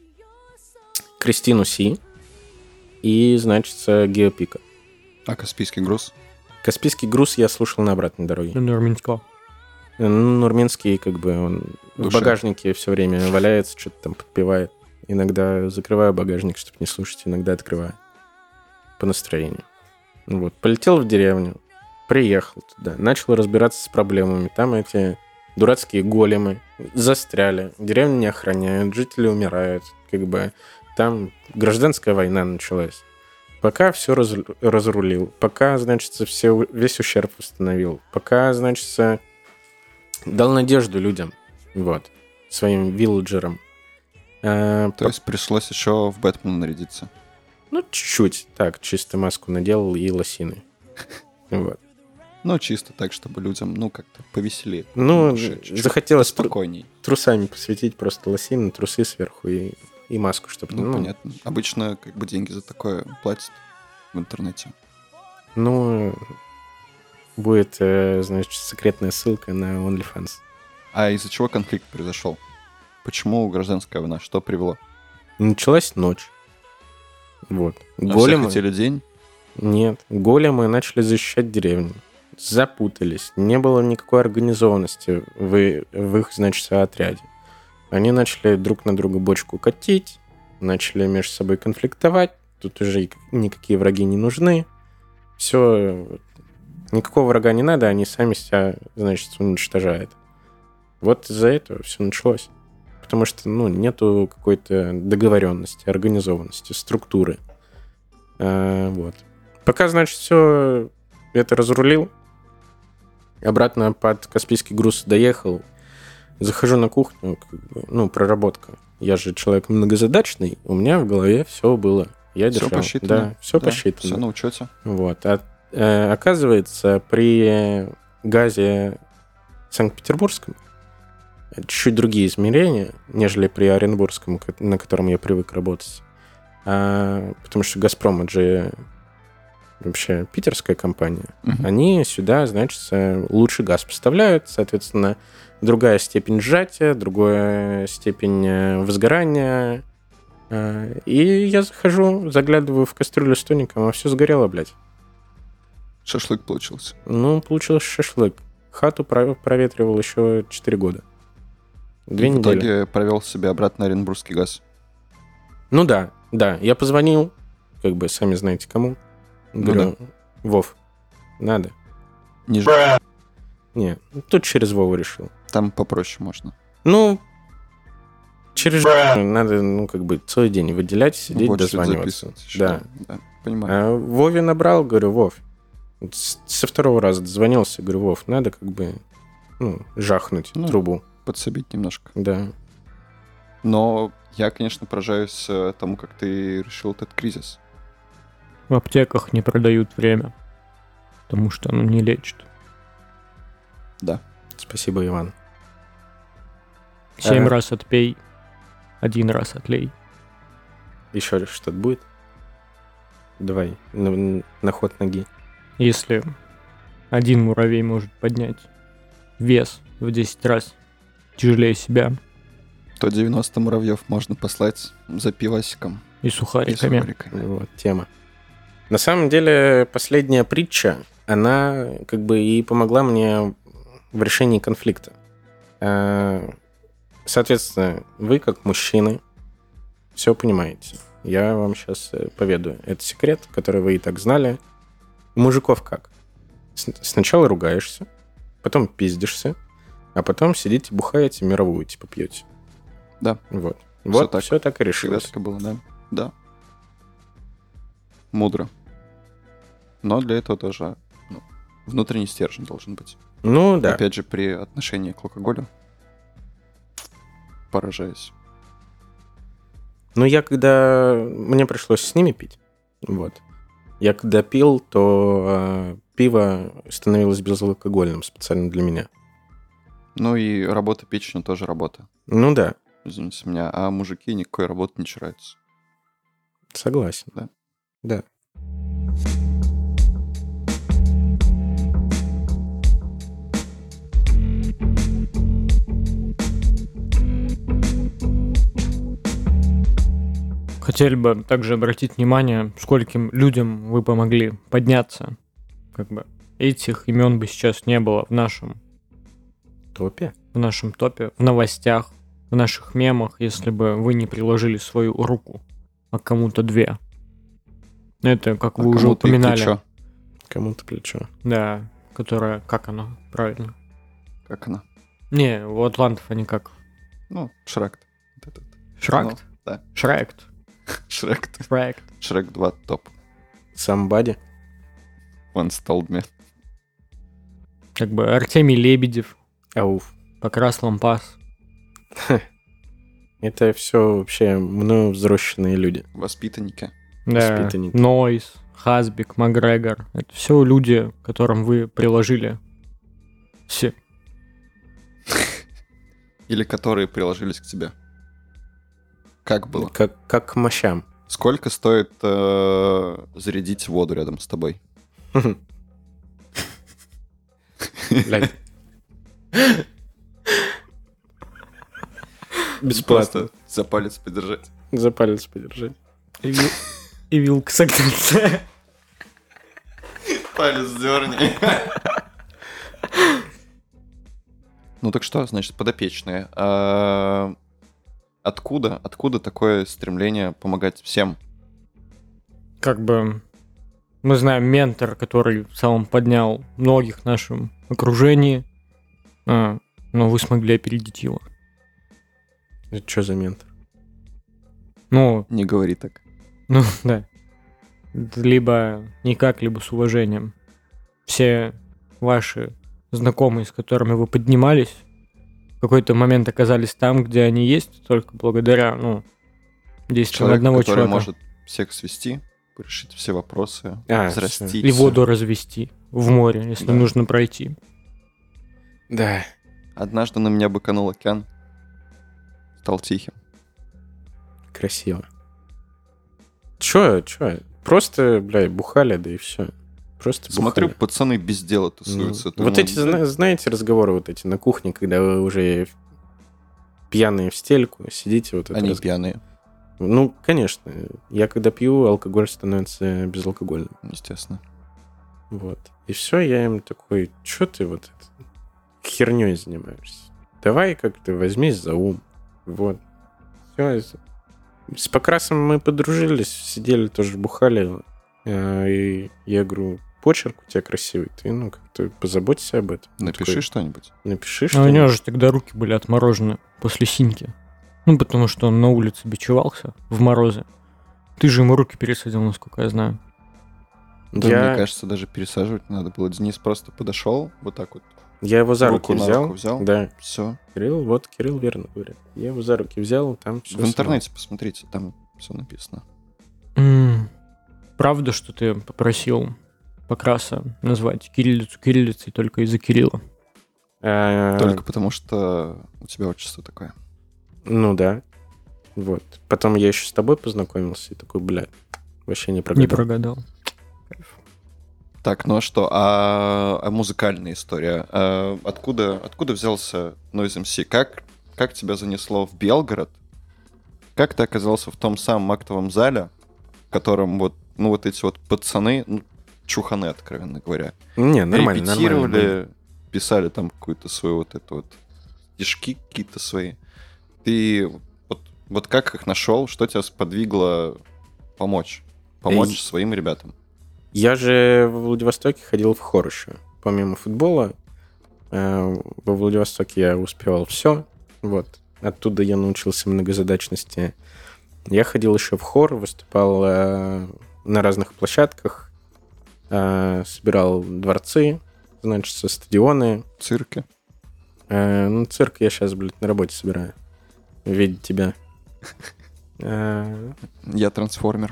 Speaker 1: Кристину Си и, значит, Геопика.
Speaker 2: А Каспийский груз?
Speaker 1: Каспийский груз я слушал на обратной дороге.
Speaker 3: Нурминского.
Speaker 1: Ну, Нурминский, как бы, он в
Speaker 2: Душа.
Speaker 1: багажнике все время валяется, что-то там подпевает. Иногда закрываю багажник, чтобы не слушать, иногда открываю. По настроению. Вот. Полетел в деревню, приехал туда, начал разбираться с проблемами. Там эти дурацкие големы застряли, деревню не охраняют, жители умирают. Как бы там гражданская война началась. Пока все раз, разрулил, пока, значит, все, весь ущерб восстановил, пока, значит, дал надежду людям, вот, своим вилледжерам. А,
Speaker 2: То есть пришлось еще в Бэтмена нарядиться.
Speaker 1: ну, чуть-чуть, так, чисто маску наделал и лосины. Вот.
Speaker 2: Ну, чисто так, чтобы людям, ну, как-то повеселее.
Speaker 1: Ну,
Speaker 2: Душе чуть-чуть
Speaker 1: захотелось тру-
Speaker 2: спокойней.
Speaker 1: трусами посветить просто лосины, трусы сверху и, и маску, чтобы...
Speaker 2: Ну, понятно. Обычно, как бы, деньги за такое платят в интернете.
Speaker 1: Ну, будет, э, значит, секретная ссылка на OnlyFans.
Speaker 2: А из-за чего конфликт произошел? Почему гражданская война? Что привело?
Speaker 1: Началась ночь. Вот.
Speaker 2: А все
Speaker 1: Големы...
Speaker 2: хотели день?
Speaker 1: Нет. Големы начали защищать деревню. Запутались. Не было никакой организованности в, в их, значит, отряде. Они начали друг на друга бочку катить, начали между собой конфликтовать. Тут уже и никакие враги не нужны. Все, никакого врага не надо, они сами себя, значит, уничтожают. Вот из-за этого все началось. Потому что, ну, нету какой-то договоренности, организованности, структуры. А, вот. Пока, значит, все это разрулил, обратно под Каспийский груз доехал, захожу на кухню, как бы, ну, проработка. Я же человек многозадачный, у меня в голове все было. Я
Speaker 2: Все
Speaker 1: держал.
Speaker 2: посчитано.
Speaker 1: Да, все
Speaker 2: Да,
Speaker 1: посчитано.
Speaker 2: Все на учете.
Speaker 1: Вот. А, э, оказывается, при газе Санкт-Петербургском чуть-чуть другие измерения, нежели при Оренбургском, ко- на котором я привык работать. А, потому что «Газпром» — это же вообще питерская компания.
Speaker 2: Мгм.
Speaker 1: Они сюда, значит, лучший газ поставляют, соответственно, другая степень сжатия, другая степень э, возгорания. А, И я захожу, заглядываю в кастрюлю с тоником, а все сгорело, блядь.
Speaker 2: Шашлык получился.
Speaker 1: Ну, получился шашлык. Хату про- проветривал еще четыре года. Две
Speaker 2: И в
Speaker 1: недели.
Speaker 2: итоге провел себе обратно Оренбургский газ.
Speaker 1: Ну да, да. Я позвонил, как бы, сами знаете кому.
Speaker 2: Ну
Speaker 1: Говорю, Вов, надо.
Speaker 2: Не ж-
Speaker 1: Не, тут через Вову решил.
Speaker 2: Там попроще можно.
Speaker 1: Ну, через надо, ну, как бы, целый день выделять, сидеть,
Speaker 2: В очередь
Speaker 1: дозваниваться.
Speaker 2: записываться еще.
Speaker 1: Да.
Speaker 2: Да, понимаю.
Speaker 1: А Вове набрал, говорю, Вов, с- со второго раза дозвонился, говорю, Вов, надо как бы, ну, жахнуть
Speaker 2: Ну.
Speaker 1: трубу.
Speaker 2: Подсобить немножко.
Speaker 1: Да.
Speaker 2: Но я, конечно, поражаюсь э, тому, как ты решил этот кризис.
Speaker 3: В аптеках не продают время, потому что оно не лечит.
Speaker 2: Да.
Speaker 1: Спасибо, Иван.
Speaker 3: Семь
Speaker 1: Ага.
Speaker 3: раз отпей, один раз отлей.
Speaker 1: Еще что-то будет? Давай, на, на ход ноги.
Speaker 3: Если один муравей может поднять вес в десять раз тяжелее себя.
Speaker 2: То девяносто муравьев можно послать за пивасиком
Speaker 3: И
Speaker 2: и
Speaker 3: сухариками.
Speaker 2: сухариками.
Speaker 1: Вот, тема. На самом деле, последняя притча, она как бы и помогла мне в решении конфликта. А, Соответственно, вы, как мужчины, все понимаете. Я вам сейчас поведаю. Это секрет, который вы и так знали. У мужиков как? С- Сначала ругаешься, потом пиздишься, а потом сидите, бухаете, мировую типа пьете.
Speaker 2: Да.
Speaker 1: Вот.
Speaker 2: Всё
Speaker 1: Вот
Speaker 2: так.
Speaker 1: все так и
Speaker 2: Всегда
Speaker 1: решилось.
Speaker 2: так и было, да? Да. Мудро. Но для этого тоже ну, внутренний стержень должен быть.
Speaker 1: Ну да.
Speaker 2: Опять же, при отношении к алкоголю поражаюсь.
Speaker 1: Ну, я когда... Мне пришлось с ними пить. Вот. Я когда пил, то э, пиво становилось безалкогольным специально для меня.
Speaker 2: Ну и работа печени тоже работа.
Speaker 1: Ну да,
Speaker 2: Извините меня. А мужики никакой работы не чураются.
Speaker 1: согласен.
Speaker 2: Да.
Speaker 1: Да.
Speaker 3: Хотели бы также обратить внимание, скольким людям вы помогли подняться. Как бы этих имен бы сейчас не было в нашем,
Speaker 1: Топе.
Speaker 3: в нашем топе, в новостях, в наших мемах, если бы вы не приложили свою руку, а кому-то две. Это, как
Speaker 2: А
Speaker 3: вы уже
Speaker 2: кому-то и
Speaker 3: упоминали.
Speaker 2: плечо.
Speaker 1: Кому-то плечо.
Speaker 3: Да, которая, как она, правильно?
Speaker 2: Как она?
Speaker 3: Не, у атлантов они как?
Speaker 2: Ну, Шрек. Вот этот.
Speaker 3: Шракт?
Speaker 2: Ну, да.
Speaker 3: Шрект.
Speaker 2: Шрек.
Speaker 3: Шрект.
Speaker 2: Шрек два топ.
Speaker 1: Somebody.
Speaker 2: Once told me.
Speaker 3: Как бы Артемий Лебедев,
Speaker 1: Ауф.
Speaker 3: Покрас Лампас.
Speaker 1: Это все вообще мною взросленные люди.
Speaker 2: Воспитанники.
Speaker 3: Да,
Speaker 1: Воспитанники.
Speaker 3: Нойс, Хасбик, Макгрегор. Это все люди, которым вы приложили все.
Speaker 2: Или которые приложились к тебе. Как было?
Speaker 1: Как, как к мощам.
Speaker 2: Сколько стоит э, зарядить воду рядом с тобой?
Speaker 1: Блядь. Бесплатно.
Speaker 2: Просто за палец подержать.
Speaker 1: За палец подержать.
Speaker 3: И, вил... и вилка согнется.
Speaker 2: Палец дерни. Ну так что, значит, подопечные. А, Откуда, откуда такое стремление помогать всем?
Speaker 3: Как бы мы знаем ментор, который в целом поднял многих в нашем окружении, а, но вы смогли опередить его.
Speaker 1: Это что за ментор?
Speaker 3: Ну,
Speaker 2: Не говори так.
Speaker 3: ну да. Либо никак, либо с уважением. Все ваши знакомые, с которыми вы поднимались, в какой-то момент оказались там, где они есть, только благодаря, ну, действиям
Speaker 2: Человек,
Speaker 3: одного
Speaker 2: который
Speaker 3: человека.
Speaker 2: может всех свести, решить все вопросы,
Speaker 1: А,
Speaker 2: взрастить.
Speaker 3: И воду развести в море, если
Speaker 2: Да.
Speaker 3: нужно пройти.
Speaker 1: Да.
Speaker 2: Однажды на меня быканул океан. Стал тихим.
Speaker 1: Красиво. Чё, чё? Просто, блядь, бухали, да и все. Просто
Speaker 2: Смотрю,
Speaker 1: бухали.
Speaker 2: пацаны без дела
Speaker 1: Ну,
Speaker 2: тусуются.
Speaker 1: вот
Speaker 2: Думаю,
Speaker 1: эти,
Speaker 2: да,
Speaker 1: зна- знаете, разговоры вот эти на кухне, когда вы уже пьяные в стельку, сидите вот это.
Speaker 2: Они
Speaker 1: раз-
Speaker 2: пьяные,
Speaker 1: Ну, конечно. Я когда пью, алкоголь становится безалкогольным.
Speaker 2: естественно.
Speaker 1: Вот. И все, я им такой, что ты вот это херней занимаешься? Давай как-то возьмись за ум. Вот. Все. С Покрасом мы подружились, сидели тоже бухали. А, И я говорю, почерк у тебя красивый, ты ну как-то позаботься об этом. Он
Speaker 2: Напиши
Speaker 1: такой,
Speaker 2: что-нибудь.
Speaker 1: Напиши
Speaker 3: А у
Speaker 1: что-нибудь.
Speaker 3: него же тогда руки были отморожены после синьки. Ну, потому что он на улице бичевался в морозы. Ты же ему руки пересадил, насколько я знаю.
Speaker 2: Да,
Speaker 1: Я,
Speaker 2: мне кажется, даже пересаживать не надо было. Денис просто подошел, вот так вот.
Speaker 1: я его за
Speaker 2: руку
Speaker 1: руки
Speaker 2: на
Speaker 1: взял.
Speaker 2: руку взял.
Speaker 1: Да,
Speaker 2: Все.
Speaker 1: Кирилл, вот Кирилл верно говорит. Я его за руки взял, там все.
Speaker 2: В интернете посмотрите, там все написано.
Speaker 3: М, Правда, что ты попросил Покраса назвать кириллицу кириллицей только из-за Кирилла?
Speaker 2: Только потому, что у тебя отчество такое.
Speaker 1: Ну да. Вот. Потом я еще с тобой познакомился и такой, блядь, вообще не прогадал.
Speaker 3: Не прогадал.
Speaker 2: Так, ну а что? А, а музыкальная история? А откуда, откуда взялся Noise эм си? Как, как тебя занесло в Белгород? Как ты оказался в том самом актовом зале, в котором вот, ну, вот эти вот пацаны, ну, чуханы, откровенно говоря,
Speaker 1: Не, нормально,
Speaker 2: репетировали,
Speaker 1: нормально.
Speaker 2: писали там какую-то свою вот эту вот стишки какие-то свои. Ты вот, вот как их нашел? Что тебя сподвигло помочь? Помочь
Speaker 1: Эй.
Speaker 2: своим ребятам?
Speaker 1: Я же в Владивостоке ходил в хор еще. Помимо футбола, э, во Владивостоке я успевал все. Вот. Оттуда я научился многозадачности. Я ходил еще в хор, выступал э, на разных площадках, э, собирал дворцы, значит, со стадионы.
Speaker 2: Цирки?
Speaker 1: Э, ну, цирк я сейчас, блядь, на работе собираю. Видеть тебя. Э,
Speaker 2: Я трансформер.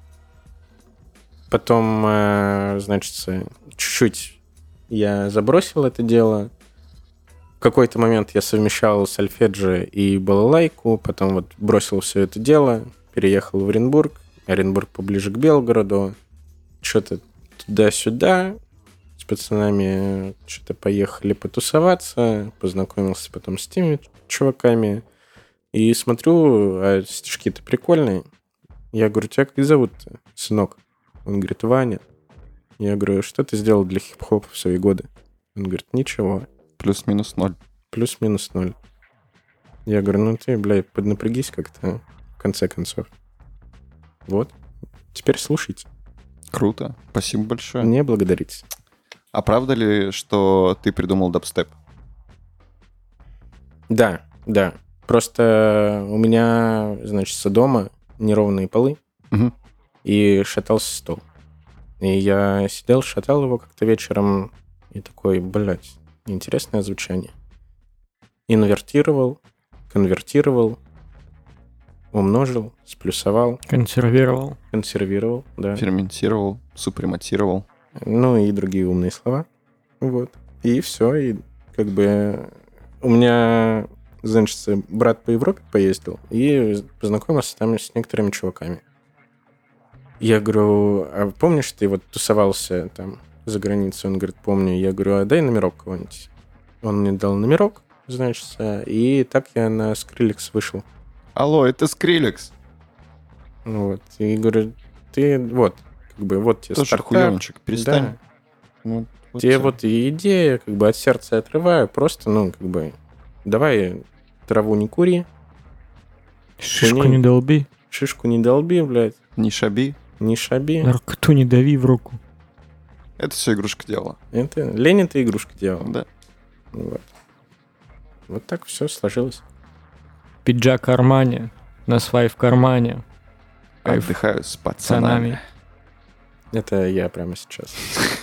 Speaker 1: Потом, э, значит, чуть-чуть я забросил это дело. В какой-то момент я совмещал сольфеджио и балалайку, потом вот бросил все это дело, переехал в Оренбург, Оренбург поближе к Белгороду, что-то туда-сюда, с пацанами что-то поехали потусоваться, познакомился потом с теми чуваками, и смотрю, а стишки-то прикольные. Я говорю, тебя как зовут-то, сынок? Он говорит, Ваня. Я говорю, что ты сделал для хип-хопа в свои годы? Он говорит, ничего.
Speaker 2: Плюс-минус ноль.
Speaker 1: Плюс-минус ноль. Я говорю, ну ты, блядь, поднапрягись как-то, в конце концов. Вот. Теперь слушайте.
Speaker 2: Круто. Спасибо большое.
Speaker 1: Не благодарите.
Speaker 2: А правда ли, что ты придумал дабстеп?
Speaker 1: Да, да. Просто у меня, значит, дома неровные полы,
Speaker 2: Угу.
Speaker 1: и шатался стол. И я сидел, шатал его как-то вечером, и такой, блядь, интересное звучание. Инвертировал, конвертировал, умножил, сплюсовал,
Speaker 3: Консервировал.
Speaker 1: консервировал, да.
Speaker 2: Ферментировал, супрематировал.
Speaker 1: Ну и другие умные слова. Вот. И все. И как бы у меня, значит, брат по Европе поездил и познакомился там с некоторыми чуваками. Я говорю, а помнишь, ты вот тусовался там за границей? Он говорит, помню. Я говорю, а дай номерок кого-нибудь. Он мне дал номерок, значит, и так я на Skrillex вышел.
Speaker 2: Алло, это Skrillex.
Speaker 1: Вот. И говорю, ты вот, как бы, вот тебе
Speaker 2: Тоже
Speaker 1: стартап.
Speaker 2: хуёнчик, перестань.
Speaker 1: Да.
Speaker 2: Вот, вот
Speaker 1: Тебе
Speaker 2: всё.
Speaker 1: вот и идея, как бы от сердца отрываю, просто, ну, как бы, давай траву не кури,
Speaker 3: Шишку
Speaker 1: не-
Speaker 3: не долби,
Speaker 1: шишку не долби, блядь,
Speaker 2: Не шаби.
Speaker 1: не шаби.
Speaker 3: наркоту не дави в руку.
Speaker 2: Это все игрушка делала.
Speaker 1: Это лень это игрушка делала.
Speaker 2: Да.
Speaker 1: Вот. Вот так все сложилось.
Speaker 3: Пиджак Армани, на свай в кармане. Кайф.
Speaker 2: Отдыхаю с пацанами.
Speaker 3: Пацанами.
Speaker 1: Это я прямо сейчас.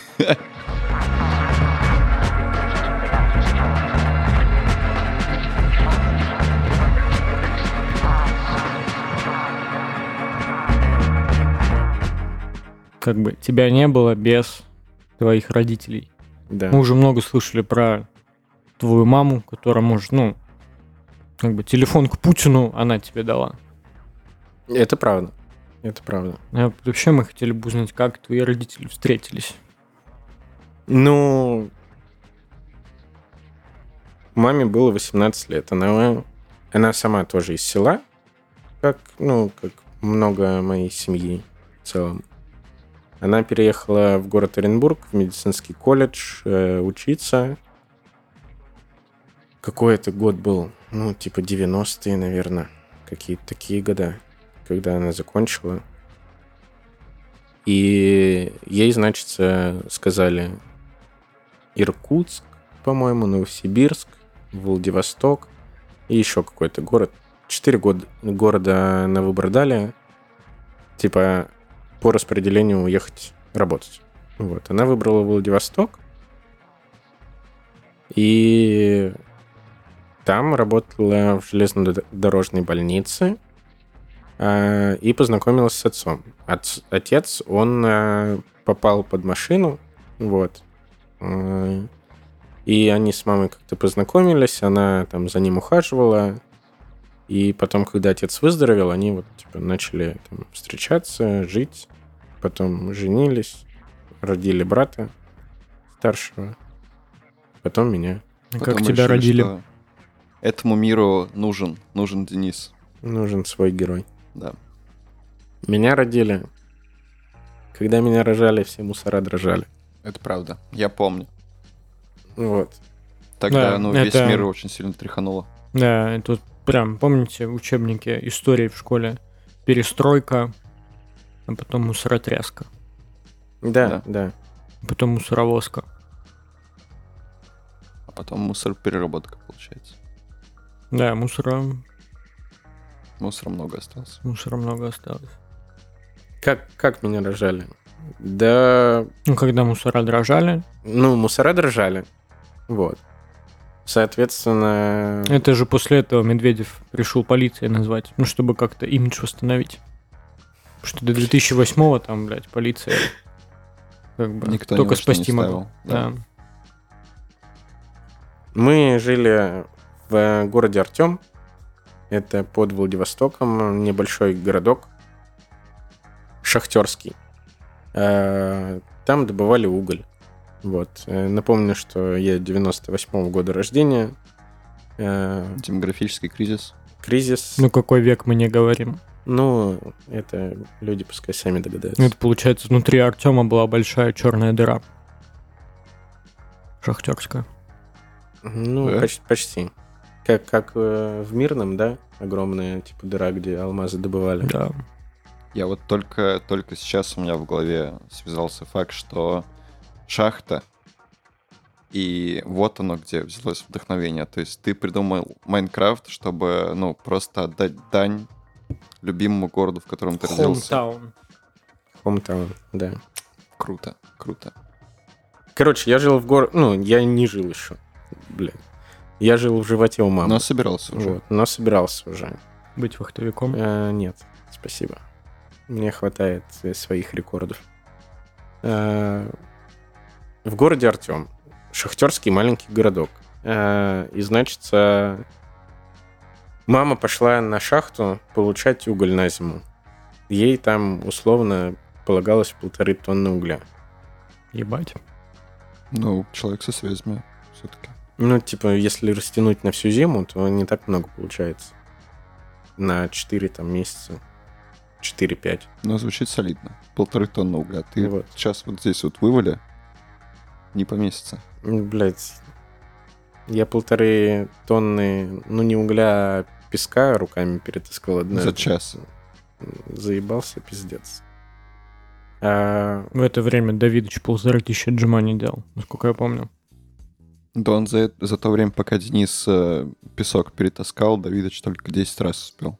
Speaker 3: Как бы тебя не было без твоих родителей.
Speaker 1: Да.
Speaker 3: Мы уже много слышали про твою маму, которая может, ну, как бы телефон к Путину она тебе дала.
Speaker 1: Это правда. Это правда.
Speaker 3: А вообще мы хотели бы узнать, как твои родители встретились.
Speaker 1: Ну, маме было восемнадцать лет. Она, она сама тоже из села, как, ну, как много моей семьи в целом. Она переехала в город Оренбург, в медицинский колледж, э, учиться. Какой это год был? Ну, типа девяностые, наверное. Какие-то такие года, когда она закончила. И ей, значит, сказали Иркутск, по-моему, Новосибирск, Владивосток и еще какой-то город. Четыре года, города на выбор дали. Типа по распределению уехать работать. Вот. Она выбрала Владивосток. И там работала в железнодорожной больнице. а, И познакомилась с отцом. Отц- Отец, он а, попал под машину. Вот. А, И они с мамой как-то познакомились. Она там за ним ухаживала. И потом, когда отец выздоровел, они вот типа начали там встречаться, жить, потом женились. родили брата старшего, потом меня.
Speaker 3: А
Speaker 2: Потом
Speaker 3: как тебя
Speaker 2: решили,
Speaker 3: родили?
Speaker 2: что этому миру нужен, нужен Денис.
Speaker 1: Нужен свой герой.
Speaker 2: Да.
Speaker 1: Меня родили. Когда меня рожали, все мусора дрожали.
Speaker 2: Это правда. Я помню.
Speaker 1: Вот.
Speaker 2: Тогда,
Speaker 3: Да,
Speaker 2: ну, весь
Speaker 3: это-
Speaker 2: мир очень сильно тряхануло.
Speaker 3: Да, и тут прям, помните, в учебнике истории в школе? Перестройка, а потом мусоротряска,
Speaker 1: Да,
Speaker 2: Да.
Speaker 1: да.
Speaker 3: а потом мусоровозка.
Speaker 2: А потом мусор-переработка, получается.
Speaker 3: Да, мусора,
Speaker 2: Мусора много осталось.
Speaker 3: мусора много осталось.
Speaker 1: Как, как меня рожали? Да,
Speaker 3: Ну, когда мусора дрожали,
Speaker 1: ну, мусора дрожали. Вот. Соответственно...
Speaker 3: это же после этого Медведев решил полицией назвать, ну, чтобы как-то имидж восстановить. Потому что до две тысячи восьмого там, блядь, полиция как бы
Speaker 2: Никто ни
Speaker 3: только
Speaker 2: во что не
Speaker 3: спасти могла.
Speaker 2: ставил. Да.
Speaker 3: Да.
Speaker 1: Мы жили в городе Артем. Это под Владивостоком, небольшой городок. Шахтерский. Э, Там добывали уголь. Вот. Э, Напомню, что я девяносто восьмого года рождения. Э,
Speaker 2: Демографический кризис.
Speaker 1: Кризис.
Speaker 3: Ну, какой век мы не говорим.
Speaker 1: Ну, это люди пускай сами догадаются.
Speaker 3: Это, получается, внутри Артема была большая черная дыра. Шахтерская.
Speaker 1: Ну,
Speaker 2: Да?
Speaker 1: поч- почти. Как, как э, в Мирном, да? Огромная, типа, дыра, где алмазы добывали.
Speaker 3: Да.
Speaker 2: Я вот только, только сейчас у меня в голове связался факт, что шахта, и вот оно, где взялось вдохновение. То есть ты придумал Майнкрафт, чтобы, ну, просто отдать дань любимому городу, в котором ты родился.
Speaker 3: Hometown.
Speaker 1: Hometown, да.
Speaker 2: Круто, круто.
Speaker 1: Короче, я жил в городе... Ну, я не жил еще. Блин. Я жил в животе у мамы.
Speaker 2: Но собирался уже.
Speaker 1: Вот, но собирался уже.
Speaker 3: Быть вахтовиком.
Speaker 1: Э, нет, спасибо. Мне хватает э, своих рекордов. Э, в городе Артем. Шахтерский маленький городок. Э, и, значит, э, мама пошла на шахту получать уголь на зиму. Ей там условно полагалось полторы тонны угля.
Speaker 3: Ебать.
Speaker 2: Ну, человек со связями все-таки.
Speaker 1: Ну, типа, если растянуть на всю зиму, то не так много получается. На четыре там месяца. четыре-пять.
Speaker 2: Но звучит солидно. Полторы тонны угля. Ты
Speaker 1: Вот.
Speaker 2: сейчас вот здесь вот вывали, не поместится.
Speaker 1: Блять. Я полторы тонны, ну, не угля, а песка руками перетаскал однажды.
Speaker 2: За час.
Speaker 1: Заебался, пиздец. А,
Speaker 3: В это время Давидыч полторы тысячи отжиманий делал, насколько я помню.
Speaker 2: Да он за, это- за то время, пока Денис э, песок перетаскал, Давидыч только десять раз успел.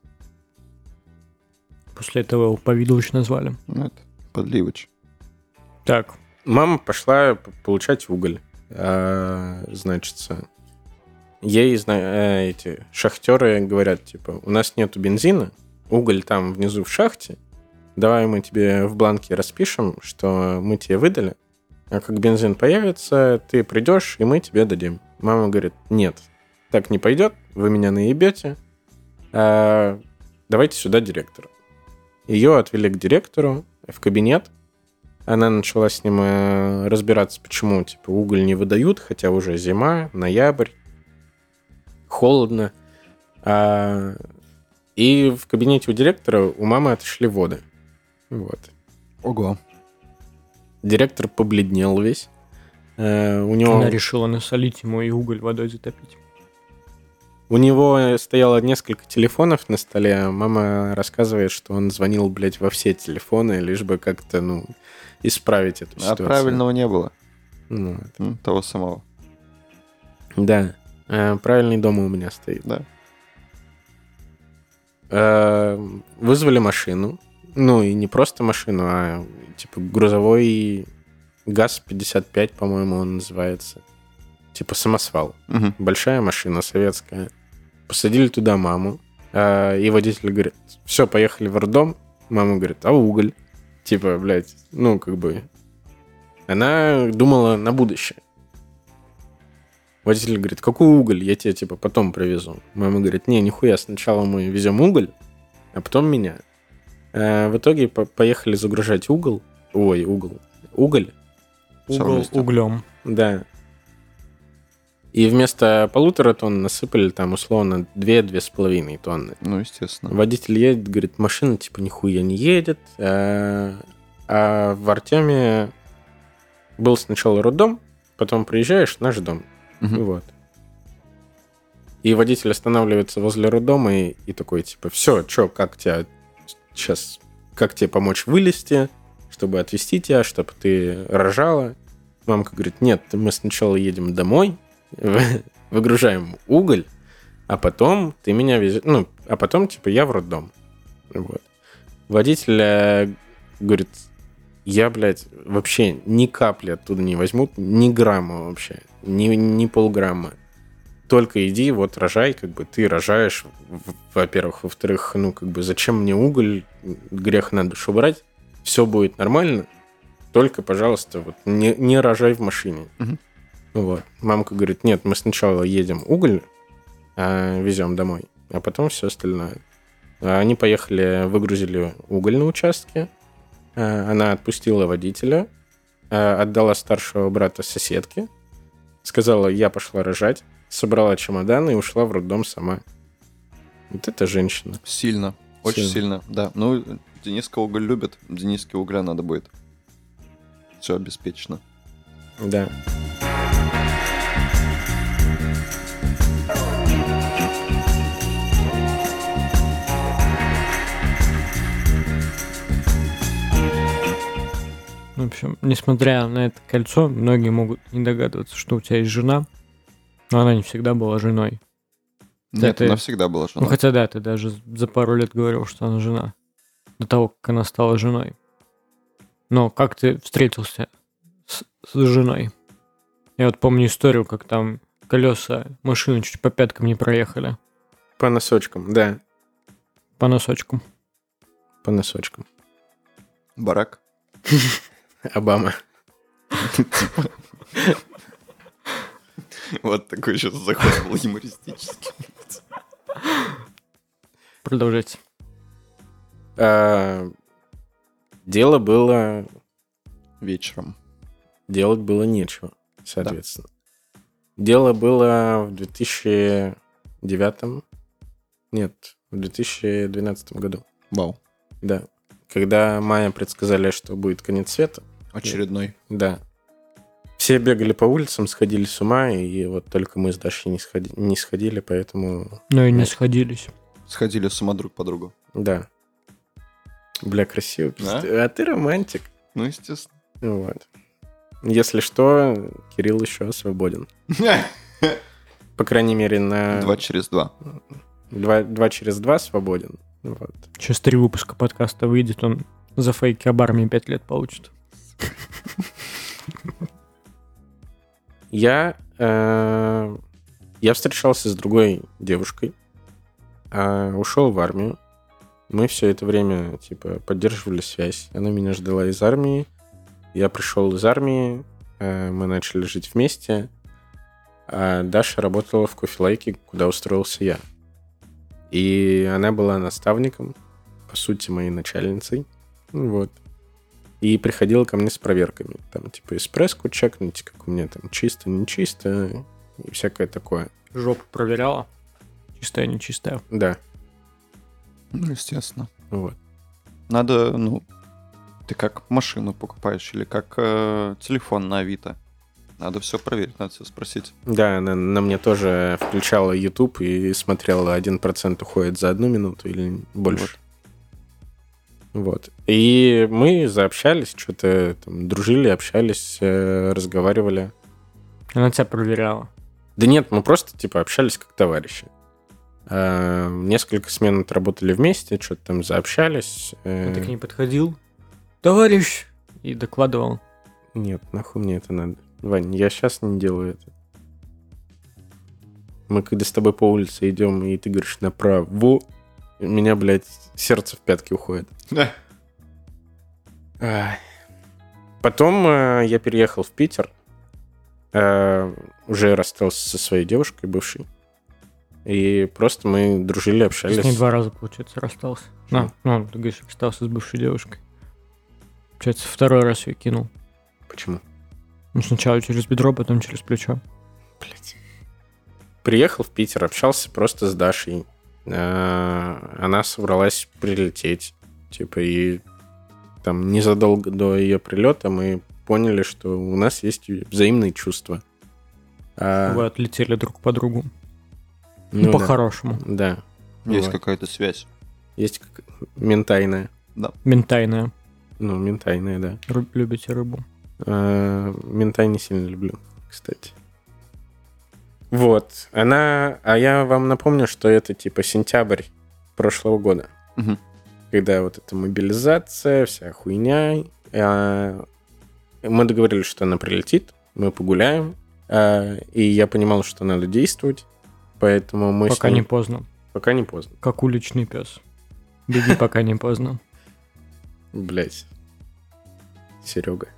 Speaker 3: После этого его Повидович назвали.
Speaker 2: Ну, это подливыч.
Speaker 3: Так,
Speaker 1: мама пошла п- получать уголь. А, значится, ей зна- э, эти шахтеры говорят, типа, у нас нету бензина, уголь там внизу в шахте, давай мы тебе в бланке распишем, что мы тебе выдали, а как бензин появится, ты придешь, и мы тебе дадим. Мама говорит, нет, так не пойдет, вы меня наебете, а, давайте сюда директора. Ее отвели к директору в кабинет. Она начала с ним э, разбираться, почему типа уголь не выдают, хотя уже зима, ноябрь, холодно. А, и в кабинете у директора у мамы отошли воды. Вот.
Speaker 2: Ого.
Speaker 1: Директор побледнел весь. Э, у него...
Speaker 3: она решила насолить ему и уголь водой затопить.
Speaker 1: У него стояло несколько телефонов на столе. Мама рассказывает, что он звонил, блядь, во все телефоны, лишь бы как-то, ну, исправить эту
Speaker 2: А
Speaker 1: ситуацию.
Speaker 2: правильного не было.
Speaker 1: Ну,
Speaker 2: М, Того самого.
Speaker 1: да. Э, правильный дом у меня стоит.
Speaker 2: Да.
Speaker 1: Э, вызвали машину. Ну, и не просто машину, а типа грузовой ГАЗ пятьдесят пять, по-моему, он называется. Типа самосвал.
Speaker 2: Мгм.
Speaker 1: Большая машина советская. Посадили туда маму. а, И водитель говорит, все, поехали в роддом. Мама говорит, а уголь? Типа, блядь, ну, как бы... Она думала на будущее. Водитель говорит, какой уголь? Я тебе, типа, потом привезу. Мама говорит, не, нихуя, сначала мы везем уголь, а потом меня. А в итоге по- поехали загружать уголь. Ой, уголь. Уголь.
Speaker 2: Всё
Speaker 3: Угол
Speaker 2: вместе.
Speaker 3: углем.
Speaker 1: Да. И вместо полутора тонн насыпали там условно две-две с половиной тонны.
Speaker 2: Ну, естественно.
Speaker 1: Водитель едет, говорит, машина типа нихуя не едет. А, а в Артеме был сначала роддом, потом приезжаешь, наш дом.
Speaker 2: Мгм.
Speaker 1: Вот. И водитель останавливается возле роддома и, и такой, типа, все, что, как тебя сейчас, как тебе помочь вылезти, чтобы отвезти тебя, чтобы ты рожала? Мамка говорит, нет, мы сначала едем домой, выгружаем уголь, а потом ты меня везешь, ну, а потом, типа, я в роддом. Вот. Водитель э, говорит, я, блядь, вообще ни капли оттуда не возьму, ни грамма вообще, ни, ни полграмма. Только иди, вот рожай, как бы ты рожаешь, в- во-первых. Во-вторых, ну, как бы, зачем мне уголь, грех на душу брать, все будет нормально, только, пожалуйста, вот не, не рожай в машине.
Speaker 2: Мгм.
Speaker 1: Вот. Мамка говорит, нет, мы сначала едем уголь, а, везем домой, а потом все остальное. А Они поехали, выгрузили уголь на участке, а, она отпустила водителя, а, отдала старшего брата соседке, сказала, я пошла рожать, собрала чемодан и ушла в роддом сама. Вот это женщина.
Speaker 2: Сильно. Очень
Speaker 1: Сильно.
Speaker 2: сильно. Да. Ну, Дениска уголь любит. Дениске угля надо будет. Все обеспечено.
Speaker 1: Да.
Speaker 3: В общем, несмотря на это кольцо, многие могут не догадываться, что у тебя есть жена, но она не всегда была женой.
Speaker 2: Нет,
Speaker 3: ты-
Speaker 2: она всегда была жена.
Speaker 3: Ну, хотя да, ты даже за пару лет говорил, что она жена. До того, как она стала женой. Но как ты встретился с, с женой? Я вот помню историю, как там колеса машины чуть по пяткам не проехали.
Speaker 1: По носочкам, да.
Speaker 3: По носочкам.
Speaker 1: По носочкам.
Speaker 2: Барак.
Speaker 1: Обама.
Speaker 2: Вот такой сейчас заход был юмористический.
Speaker 3: Продолжайте.
Speaker 1: А, Дело было...
Speaker 2: Вечером.
Speaker 1: Делать было нечего, соответственно. Дело было в две тысячи девятом... Нет, в две тысячи двенадцатом году.
Speaker 2: Вау.
Speaker 1: Да. Когда майя предсказали, что будет конец света.
Speaker 2: Очередной.
Speaker 1: Да. Все бегали по улицам, сходили с ума, и вот только мы с Дашей не, сходи- не сходили, поэтому...
Speaker 3: Но и не
Speaker 1: Нет.
Speaker 3: сходились.
Speaker 2: Сходили с ума друг по другу.
Speaker 1: Да. Бля, красиво.
Speaker 2: Да?
Speaker 1: пиздец. А ты романтик.
Speaker 2: Ну, естественно.
Speaker 1: Вот. Если что, Кирилл еще свободен. По крайней мере, на...
Speaker 2: Два через два.
Speaker 1: Два, два через два свободен. Вот.
Speaker 3: Сейчас три выпуска подкаста выйдет, он за фейки об армии пять лет получит.
Speaker 1: Я, э, я встречался с другой девушкой, а, ушел в армию. Мы все это время, типа, поддерживали связь. Она меня ждала из армии. Я пришел из армии, э, мы начали жить вместе. А Даша работала в кофелайке, куда устроился я. И она была наставником, по сути, моей начальницей. Вот. И приходила ко мне с проверками. Там, типа, эспресску чекнуть, как у меня там чисто, не чисто, и всякое такое.
Speaker 3: Жопу проверяла? Чистая, нечистая.
Speaker 1: Да,
Speaker 2: Ну, естественно.
Speaker 1: вот.
Speaker 2: Надо, ну, ты как машину покупаешь или как э, телефон на Авито. Надо все проверить, надо все спросить.
Speaker 1: Да, она на мне тоже включала YouTube и смотрела, один процент уходит за одну минуту или больше. Вот. И мы заобщались, что-то там дружили, общались, э, разговаривали.
Speaker 3: Она тебя проверяла.
Speaker 1: Да нет, мы просто, типа, общались как товарищи. Э, Несколько смен отработали вместе, что-то там заобщались. э,
Speaker 3: Ты к ней подходил, товарищ, и докладывал.
Speaker 1: Нет, нахуй мне это надо. Вань, я сейчас не делаю это. Мы когда с тобой по улице идем, и ты говоришь направо, у меня, блядь, сердце в пятки уходит.
Speaker 2: Да.
Speaker 1: Ай. Потом э, я переехал в Питер. Э, уже расстался со своей девушкой бывшей. И просто мы дружили,
Speaker 3: Ты
Speaker 1: общались.
Speaker 3: с ней два раза, получается, расстался. А, ну, ты говоришь, расстался с бывшей девушкой. Получается, второй раз ее кинул.
Speaker 1: Почему?
Speaker 3: Ну, сначала через бедро, потом через плечо.
Speaker 1: Блять. Приехал в Питер, общался просто с Дашей. А, Она собралась прилететь. Типа, и там незадолго до ее прилета мы поняли, что у нас есть взаимные чувства. А,
Speaker 3: Вы отлетели друг по другу.
Speaker 1: ну
Speaker 3: Ну,
Speaker 1: да,
Speaker 3: по-хорошему.
Speaker 1: да.
Speaker 2: Есть
Speaker 1: Вот.
Speaker 2: какая-то связь.
Speaker 1: Есть как- ментайная.
Speaker 3: Ментайная.
Speaker 1: Ну, ментайная, да.
Speaker 3: Ры- Любите рыбу.
Speaker 1: А, ментай не сильно люблю, кстати. Вот. Она... А я вам напомню, что это типа сентябрь прошлого года.
Speaker 2: Мгм.
Speaker 1: Когда вот эта мобилизация, вся хуйня. А, Мы договорились, что она прилетит, мы погуляем. А, И я понимал, что надо действовать. Поэтому мы с
Speaker 3: Пока
Speaker 1: ней-
Speaker 3: не поздно.
Speaker 1: Пока не поздно.
Speaker 3: Как уличный пес. Беги, пока не поздно.
Speaker 1: Блять. Серега.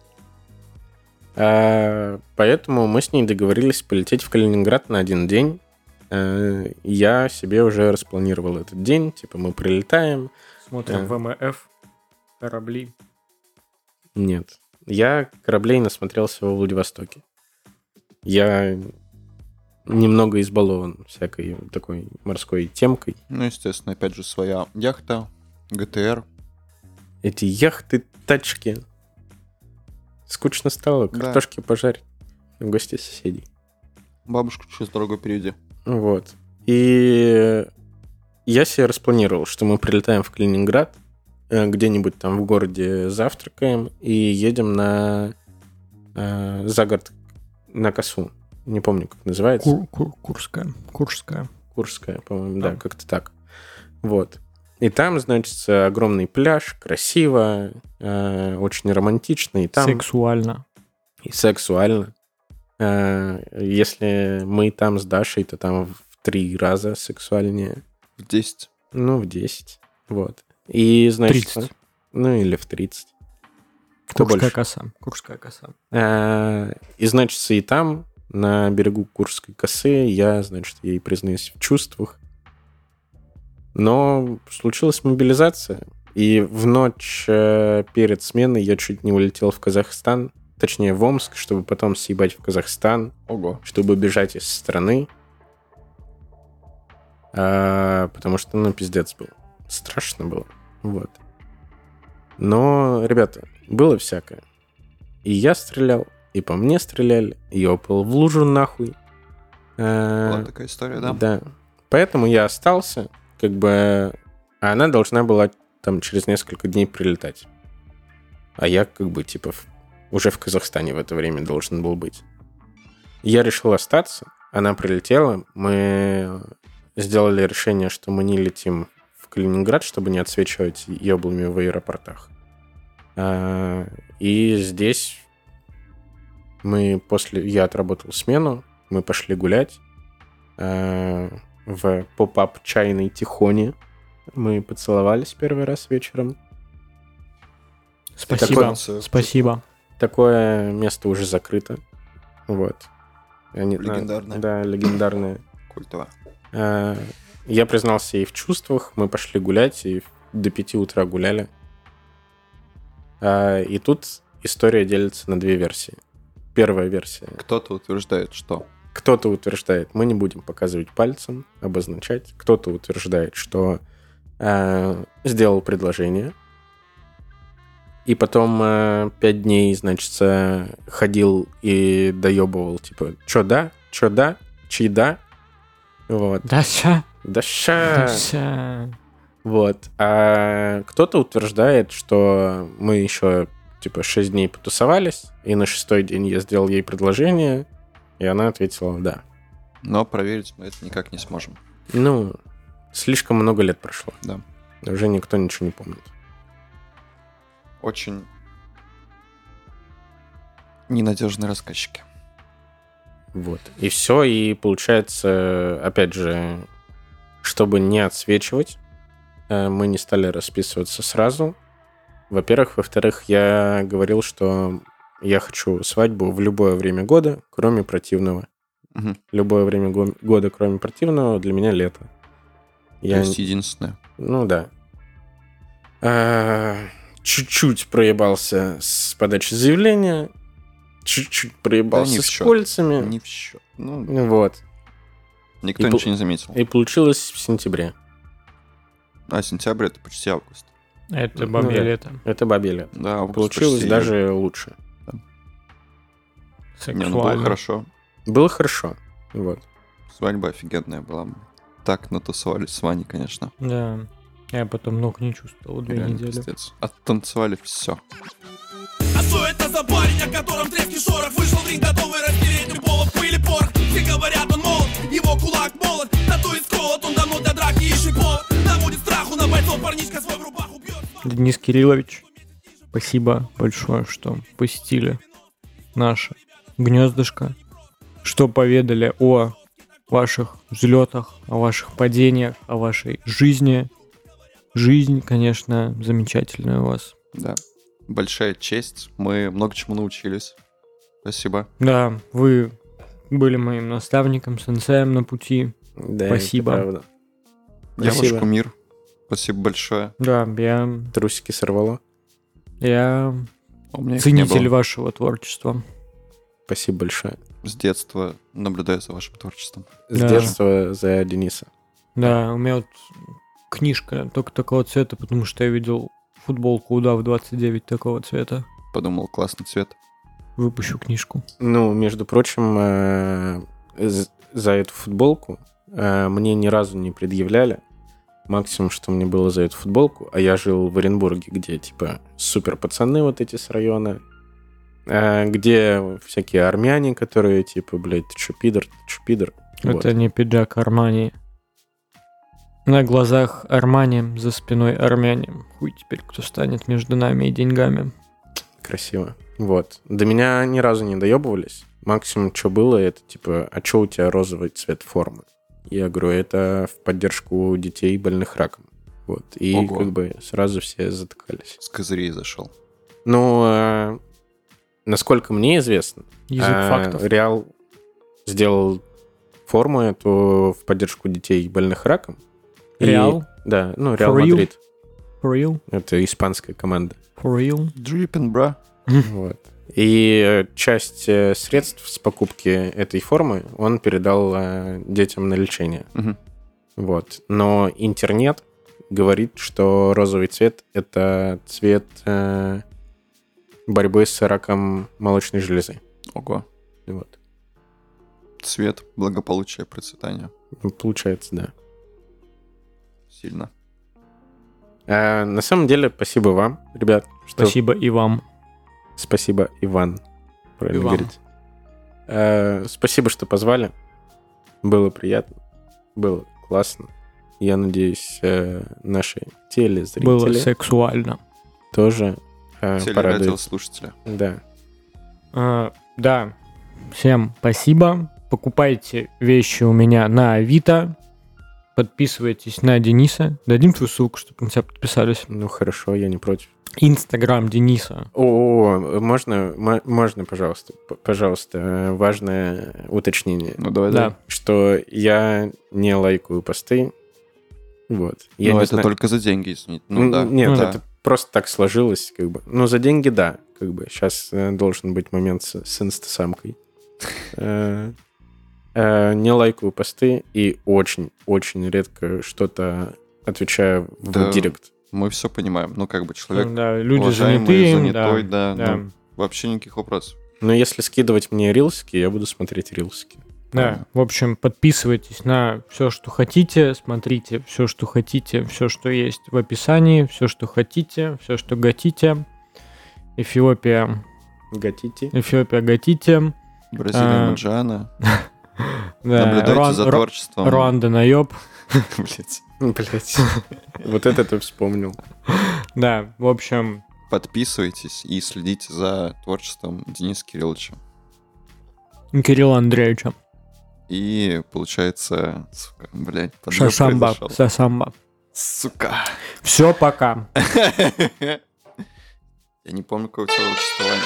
Speaker 1: А, поэтому мы с ней договорились полететь в Калининград на один день. А, я себе уже распланировал этот день. Типа мы прилетаем.
Speaker 3: Смотрим
Speaker 1: Да.
Speaker 3: ВМФ, корабли.
Speaker 1: Нет. Я кораблей насмотрелся во Владивостоке. Я немного избалован всякой такой морской темкой.
Speaker 2: Ну, естественно, опять же, своя яхта, ГТР.
Speaker 1: Эти яхты, тачки. Скучно стало.
Speaker 2: Да.
Speaker 1: Картошки пожарить в гости соседей.
Speaker 2: Бабушку через дорогу перейди.
Speaker 1: Вот. И я себе распланировал, что мы прилетаем в Калининград, э, где-нибудь там в городе завтракаем и едем на э, за город на косу. Не помню, как называется.
Speaker 3: Кур- кур- Курская. Курская.
Speaker 1: Курская, по-моему, да,
Speaker 3: Да.
Speaker 1: как-то так. Вот. И там, значит, огромный пляж, красиво, э, очень романтично, и там
Speaker 3: Сексуально.
Speaker 1: и сексуально. Э, если мы там с Дашей, то там в три раза сексуальнее.
Speaker 2: В десять.
Speaker 1: Ну, в десять. Вот. И, значит...
Speaker 3: тридцать.
Speaker 1: Ну, или в тридцать. Кто
Speaker 3: Курская
Speaker 1: больше?
Speaker 3: коса. Курская коса.
Speaker 1: Э, И, значит, и там, на берегу Курской косы, я, значит, ей признаюсь в чувствах. Но случилась мобилизация, и в ночь э, перед сменой я чуть не улетел в Казахстан, точнее в Омск, чтобы потом съебать в Казахстан,
Speaker 2: Ого.
Speaker 1: чтобы бежать из страны. А, потому что, ну, пиздец был. Страшно было. Вот. Но, ребята, было всякое. И я стрелял, и по мне стреляли, и я упал в лужу нахуй. А,
Speaker 2: Была такая история, да?
Speaker 1: да. Поэтому я остался, как бы... А она должна была там через несколько дней прилетать. А я как бы, типа, в- уже в Казахстане в это время должен был быть. Я решил остаться. Она прилетела. Мы сделали решение, что мы не летим в Калининград, чтобы не отсвечивать еблами в аэропортах. А, И здесь мы после... Я отработал смену, мы пошли гулять а, в поп-ап чайной Тихоне. Мы поцеловались первый раз вечером.
Speaker 3: Спасибо.
Speaker 2: Такое-
Speaker 3: Спасибо.
Speaker 1: Такое место уже закрыто. Вот. Они-
Speaker 2: Легендарное.
Speaker 1: Да, легендарное.
Speaker 2: Культово.
Speaker 1: А, Я признался ей в чувствах, мы пошли гулять, и до пяти утра гуляли. А, И тут история делится на две версии. Первая версия.
Speaker 2: Кто-то утверждает, что
Speaker 1: Кто-то утверждает, мы не будем показывать пальцем, обозначать. Кто-то утверждает, что э, сделал предложение. И потом э, пять дней, значит, э, ходил и доебывал, типа, чё да, чё да, чьи да. Вот.
Speaker 3: Да ща.
Speaker 1: Да
Speaker 3: Да
Speaker 1: ща.
Speaker 3: ща.
Speaker 1: Вот. А кто-то утверждает, что мы еще, типа, шесть дней потусовались, и на шестой день я сделал ей предложение, и она ответила «да».
Speaker 2: Но проверить мы это никак не сможем.
Speaker 1: Ну, слишком много лет прошло.
Speaker 2: Да.
Speaker 1: Уже никто ничего не помнит.
Speaker 2: Очень ненадежные рассказчики.
Speaker 1: Вот. И все, и получается, опять же, чтобы не отсвечивать, э, мы не стали расписываться сразу. Во-первых. Во-вторых, я говорил, что я хочу свадьбу в любое время года, кроме противного.
Speaker 2: Мгм.
Speaker 1: Любое время го- года, кроме противного, для меня лето.
Speaker 2: То
Speaker 1: Я...
Speaker 2: есть единственное.
Speaker 1: Ну да. А, Чуть-чуть проебался с подачи заявления. чуть-чуть
Speaker 2: Да не
Speaker 1: проебался
Speaker 2: в
Speaker 1: с
Speaker 2: счет.
Speaker 1: кольцами.
Speaker 2: Не в счет. Ну,
Speaker 1: Вот.
Speaker 2: никто
Speaker 1: И
Speaker 2: ничего не заметил.
Speaker 1: И получилось в сентябре.
Speaker 2: А сентябрь — это почти август.
Speaker 3: Это
Speaker 1: Ну
Speaker 3: бабье
Speaker 1: да.
Speaker 3: лето.
Speaker 1: Это бабье лето.
Speaker 2: Да, август
Speaker 1: Получилось
Speaker 2: почти
Speaker 1: даже лучше.
Speaker 2: июль. Не, ну было
Speaker 3: Сексуально.
Speaker 2: хорошо.
Speaker 1: Было хорошо. Вот.
Speaker 2: Свадьба офигенная была. Так натусовались с Ваней, конечно.
Speaker 3: Да. Я потом ног не чувствовал две
Speaker 2: Реально
Speaker 3: недели.
Speaker 2: пиздец. Оттанцевали все.
Speaker 4: А что это за парень, о котором трески шорох? Вышел в ринг, готовый растереть любого в пыли порох. Все говорят, он молод, его кулак молод. Тату из колот, он давно для драки ищет повод. Наводит страху на бойцов, парнишка свой в рубаху бьет.
Speaker 3: Денис Кириллович, спасибо большое, что посетили наше гнездышко, что поведали о ваших взлетах, о ваших падениях, о вашей жизни. Жизнь, конечно, замечательная у вас.
Speaker 2: Да. Большая честь. Мы много чему научились. Спасибо.
Speaker 3: Да, вы были моим наставником, сенсеем на пути.
Speaker 1: Да,
Speaker 3: Спасибо.
Speaker 1: это правда.
Speaker 2: Я ваш
Speaker 1: Спасибо.
Speaker 2: кумир. Спасибо большое.
Speaker 3: Да, я,
Speaker 1: Трусики сорвало.
Speaker 3: я
Speaker 2: У меня их не
Speaker 3: ценитель
Speaker 2: было.
Speaker 3: вашего творчества.
Speaker 1: Спасибо большое.
Speaker 2: С детства наблюдаю за вашим творчеством.
Speaker 1: С
Speaker 3: Да.
Speaker 1: детства за Дениса.
Speaker 3: Да, у меня вот книжка только такого цвета, потому что я видел футболку удав двадцать девять такого цвета.
Speaker 2: Подумал, классный цвет.
Speaker 3: Выпущу книжку.
Speaker 1: Ну, между прочим, э, з- за эту футболку э, мне ни разу не предъявляли. Максимум, что мне было за эту футболку, а я жил в Оренбурге, где, типа, супер пацаны вот эти с района, э, где всякие армяне, которые, типа, блядь, ты чё, пидор, ты чё, пидор. Вот.
Speaker 3: Это не пиджак Армани. На глазах Армани, за спиной армяне. Хуй теперь кто станет между нами и деньгами.
Speaker 1: Красиво. Вот. До меня ни разу не доебывались. Максимум, что было, это, типа, а чё у тебя розовый цвет формы? Я говорю, это в поддержку детей, больных раком. Вот. И
Speaker 2: Ого.
Speaker 1: как бы сразу все затыкались.
Speaker 2: С козырей зашел.
Speaker 1: Ну, э, насколько мне известно,
Speaker 3: Язык
Speaker 1: э,
Speaker 3: фактов.
Speaker 1: Реал сделал форму эту в поддержку детей, больных раком. И-
Speaker 3: Реал?
Speaker 1: Да, ну, Реал
Speaker 3: For real?
Speaker 1: Мадрид.
Speaker 3: For real?
Speaker 1: Это испанская команда.
Speaker 3: For real?
Speaker 2: Drippin', бра.
Speaker 1: Вот. И э, часть э, средств с покупки этой формы он передал э, детям на лечение.
Speaker 2: Мгм.
Speaker 1: Вот. Но интернет говорит, что розовый цвет — это цвет э, борьбы с раком молочной железы.
Speaker 2: Ого.
Speaker 1: Вот.
Speaker 2: Цвет, благополучие, процветание.
Speaker 1: Ну, получается, да.
Speaker 2: Сильно.
Speaker 1: А, на самом деле, спасибо вам, ребят. Что...
Speaker 3: Спасибо и вам.
Speaker 1: Спасибо, Иван. Правильно
Speaker 3: И вам.
Speaker 1: говорить. А, спасибо, что позвали. Было приятно. Было классно. Я надеюсь, э, наши телезрители
Speaker 3: Было сексуально.
Speaker 1: тоже э, порадуются.
Speaker 2: Телерадиослушатели.
Speaker 1: Да.
Speaker 3: А, да, всем спасибо. Покупайте вещи у меня на Авито. Подписывайтесь на Дениса. Дадим твою ссылку, чтобы на тебя подписались.
Speaker 1: Ну хорошо, я не против.
Speaker 3: Инстаграм Дениса.
Speaker 1: О, можно, мо- можно, пожалуйста, п- пожалуйста, э, важное уточнение,
Speaker 2: Ну, давай,
Speaker 3: Да.
Speaker 2: да.
Speaker 1: что я не лайкаю посты. Вот. Я
Speaker 2: Ну,
Speaker 1: не
Speaker 2: это
Speaker 1: знаю-
Speaker 2: только за деньги, извините. Ну,
Speaker 1: Н-
Speaker 2: да.
Speaker 1: Нет,
Speaker 3: Ну,
Speaker 2: да.
Speaker 1: это просто так сложилось, как бы. Ну, за деньги, да, как бы. Сейчас э, должен быть момент с, с инстасамкой. Э, э, Не лайкаю посты и очень-очень редко что-то отвечаю в
Speaker 2: Да.
Speaker 1: директ.
Speaker 2: Мы все понимаем. Ну, как бы человек
Speaker 3: Да, люди
Speaker 2: уважаемый,
Speaker 3: занятые.
Speaker 2: занятой,
Speaker 3: да,
Speaker 2: да.
Speaker 3: да.
Speaker 2: ну, вообще никаких вопросов.
Speaker 1: Но если скидывать мне рилсики, я буду смотреть рилсики.
Speaker 3: Да, в общем, подписывайтесь на все, что хотите, смотрите все, что хотите, все, что есть в описании, все, что хотите, все, что готите. Эфиопия,
Speaker 1: Гатите.
Speaker 3: Эфиопия готите.
Speaker 2: Бразилия
Speaker 3: А,
Speaker 2: Маджана.
Speaker 3: Да,
Speaker 2: Наблюдайте
Speaker 3: Руан-
Speaker 2: за
Speaker 3: Ру-
Speaker 2: творчеством.
Speaker 3: Руанда наеб.
Speaker 2: Блядь.
Speaker 1: Блять. Вот это ты вспомнил.
Speaker 3: Да, в общем,
Speaker 2: Подписывайтесь и следите за творчеством Дениса Кирилловича.
Speaker 3: Кирилла Андреевича.
Speaker 2: И получается, сука, блядь, подъёб
Speaker 3: Шасамба,
Speaker 2: произошёл.
Speaker 3: сасамба.
Speaker 2: Сука.
Speaker 3: Все, пока.
Speaker 2: Я не помню, какое у тебя отчество, Ваня.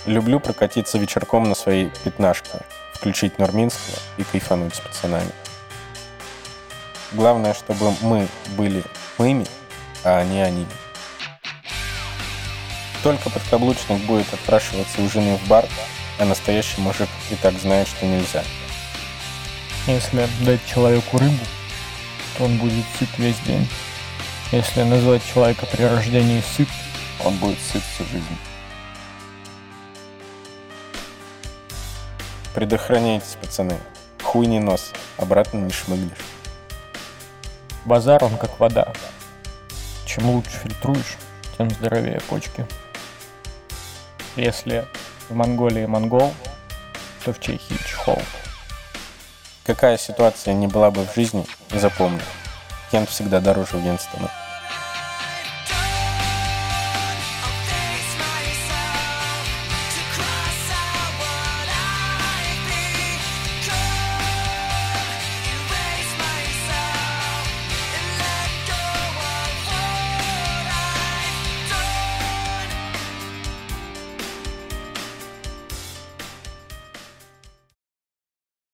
Speaker 1: Люблю прокатиться вечерком на своей пятнашке, включить Нурминского и кайфануть с пацанами. Главное, чтобы мы были мыми, а не они. Только подкаблучник будет отпрашиваться у жены в бар, а настоящий мужик и так знает, что нельзя.
Speaker 3: Если дать человеку рыбу, то он будет сыт весь день. Если назвать человека при рождении сыт,
Speaker 2: Он будет сыт всю жизнь.
Speaker 1: Предохраняйтесь, пацаны. Хуй не нос, обратно не шмыгнешь.
Speaker 3: базар он как вода. Чем лучше фильтруешь, тем здоровее почки. Если в Монголии монгол, то в Чехии чехол.
Speaker 1: Какая ситуация не была бы в жизни, запомни. Кент всегда дороже Уинстона.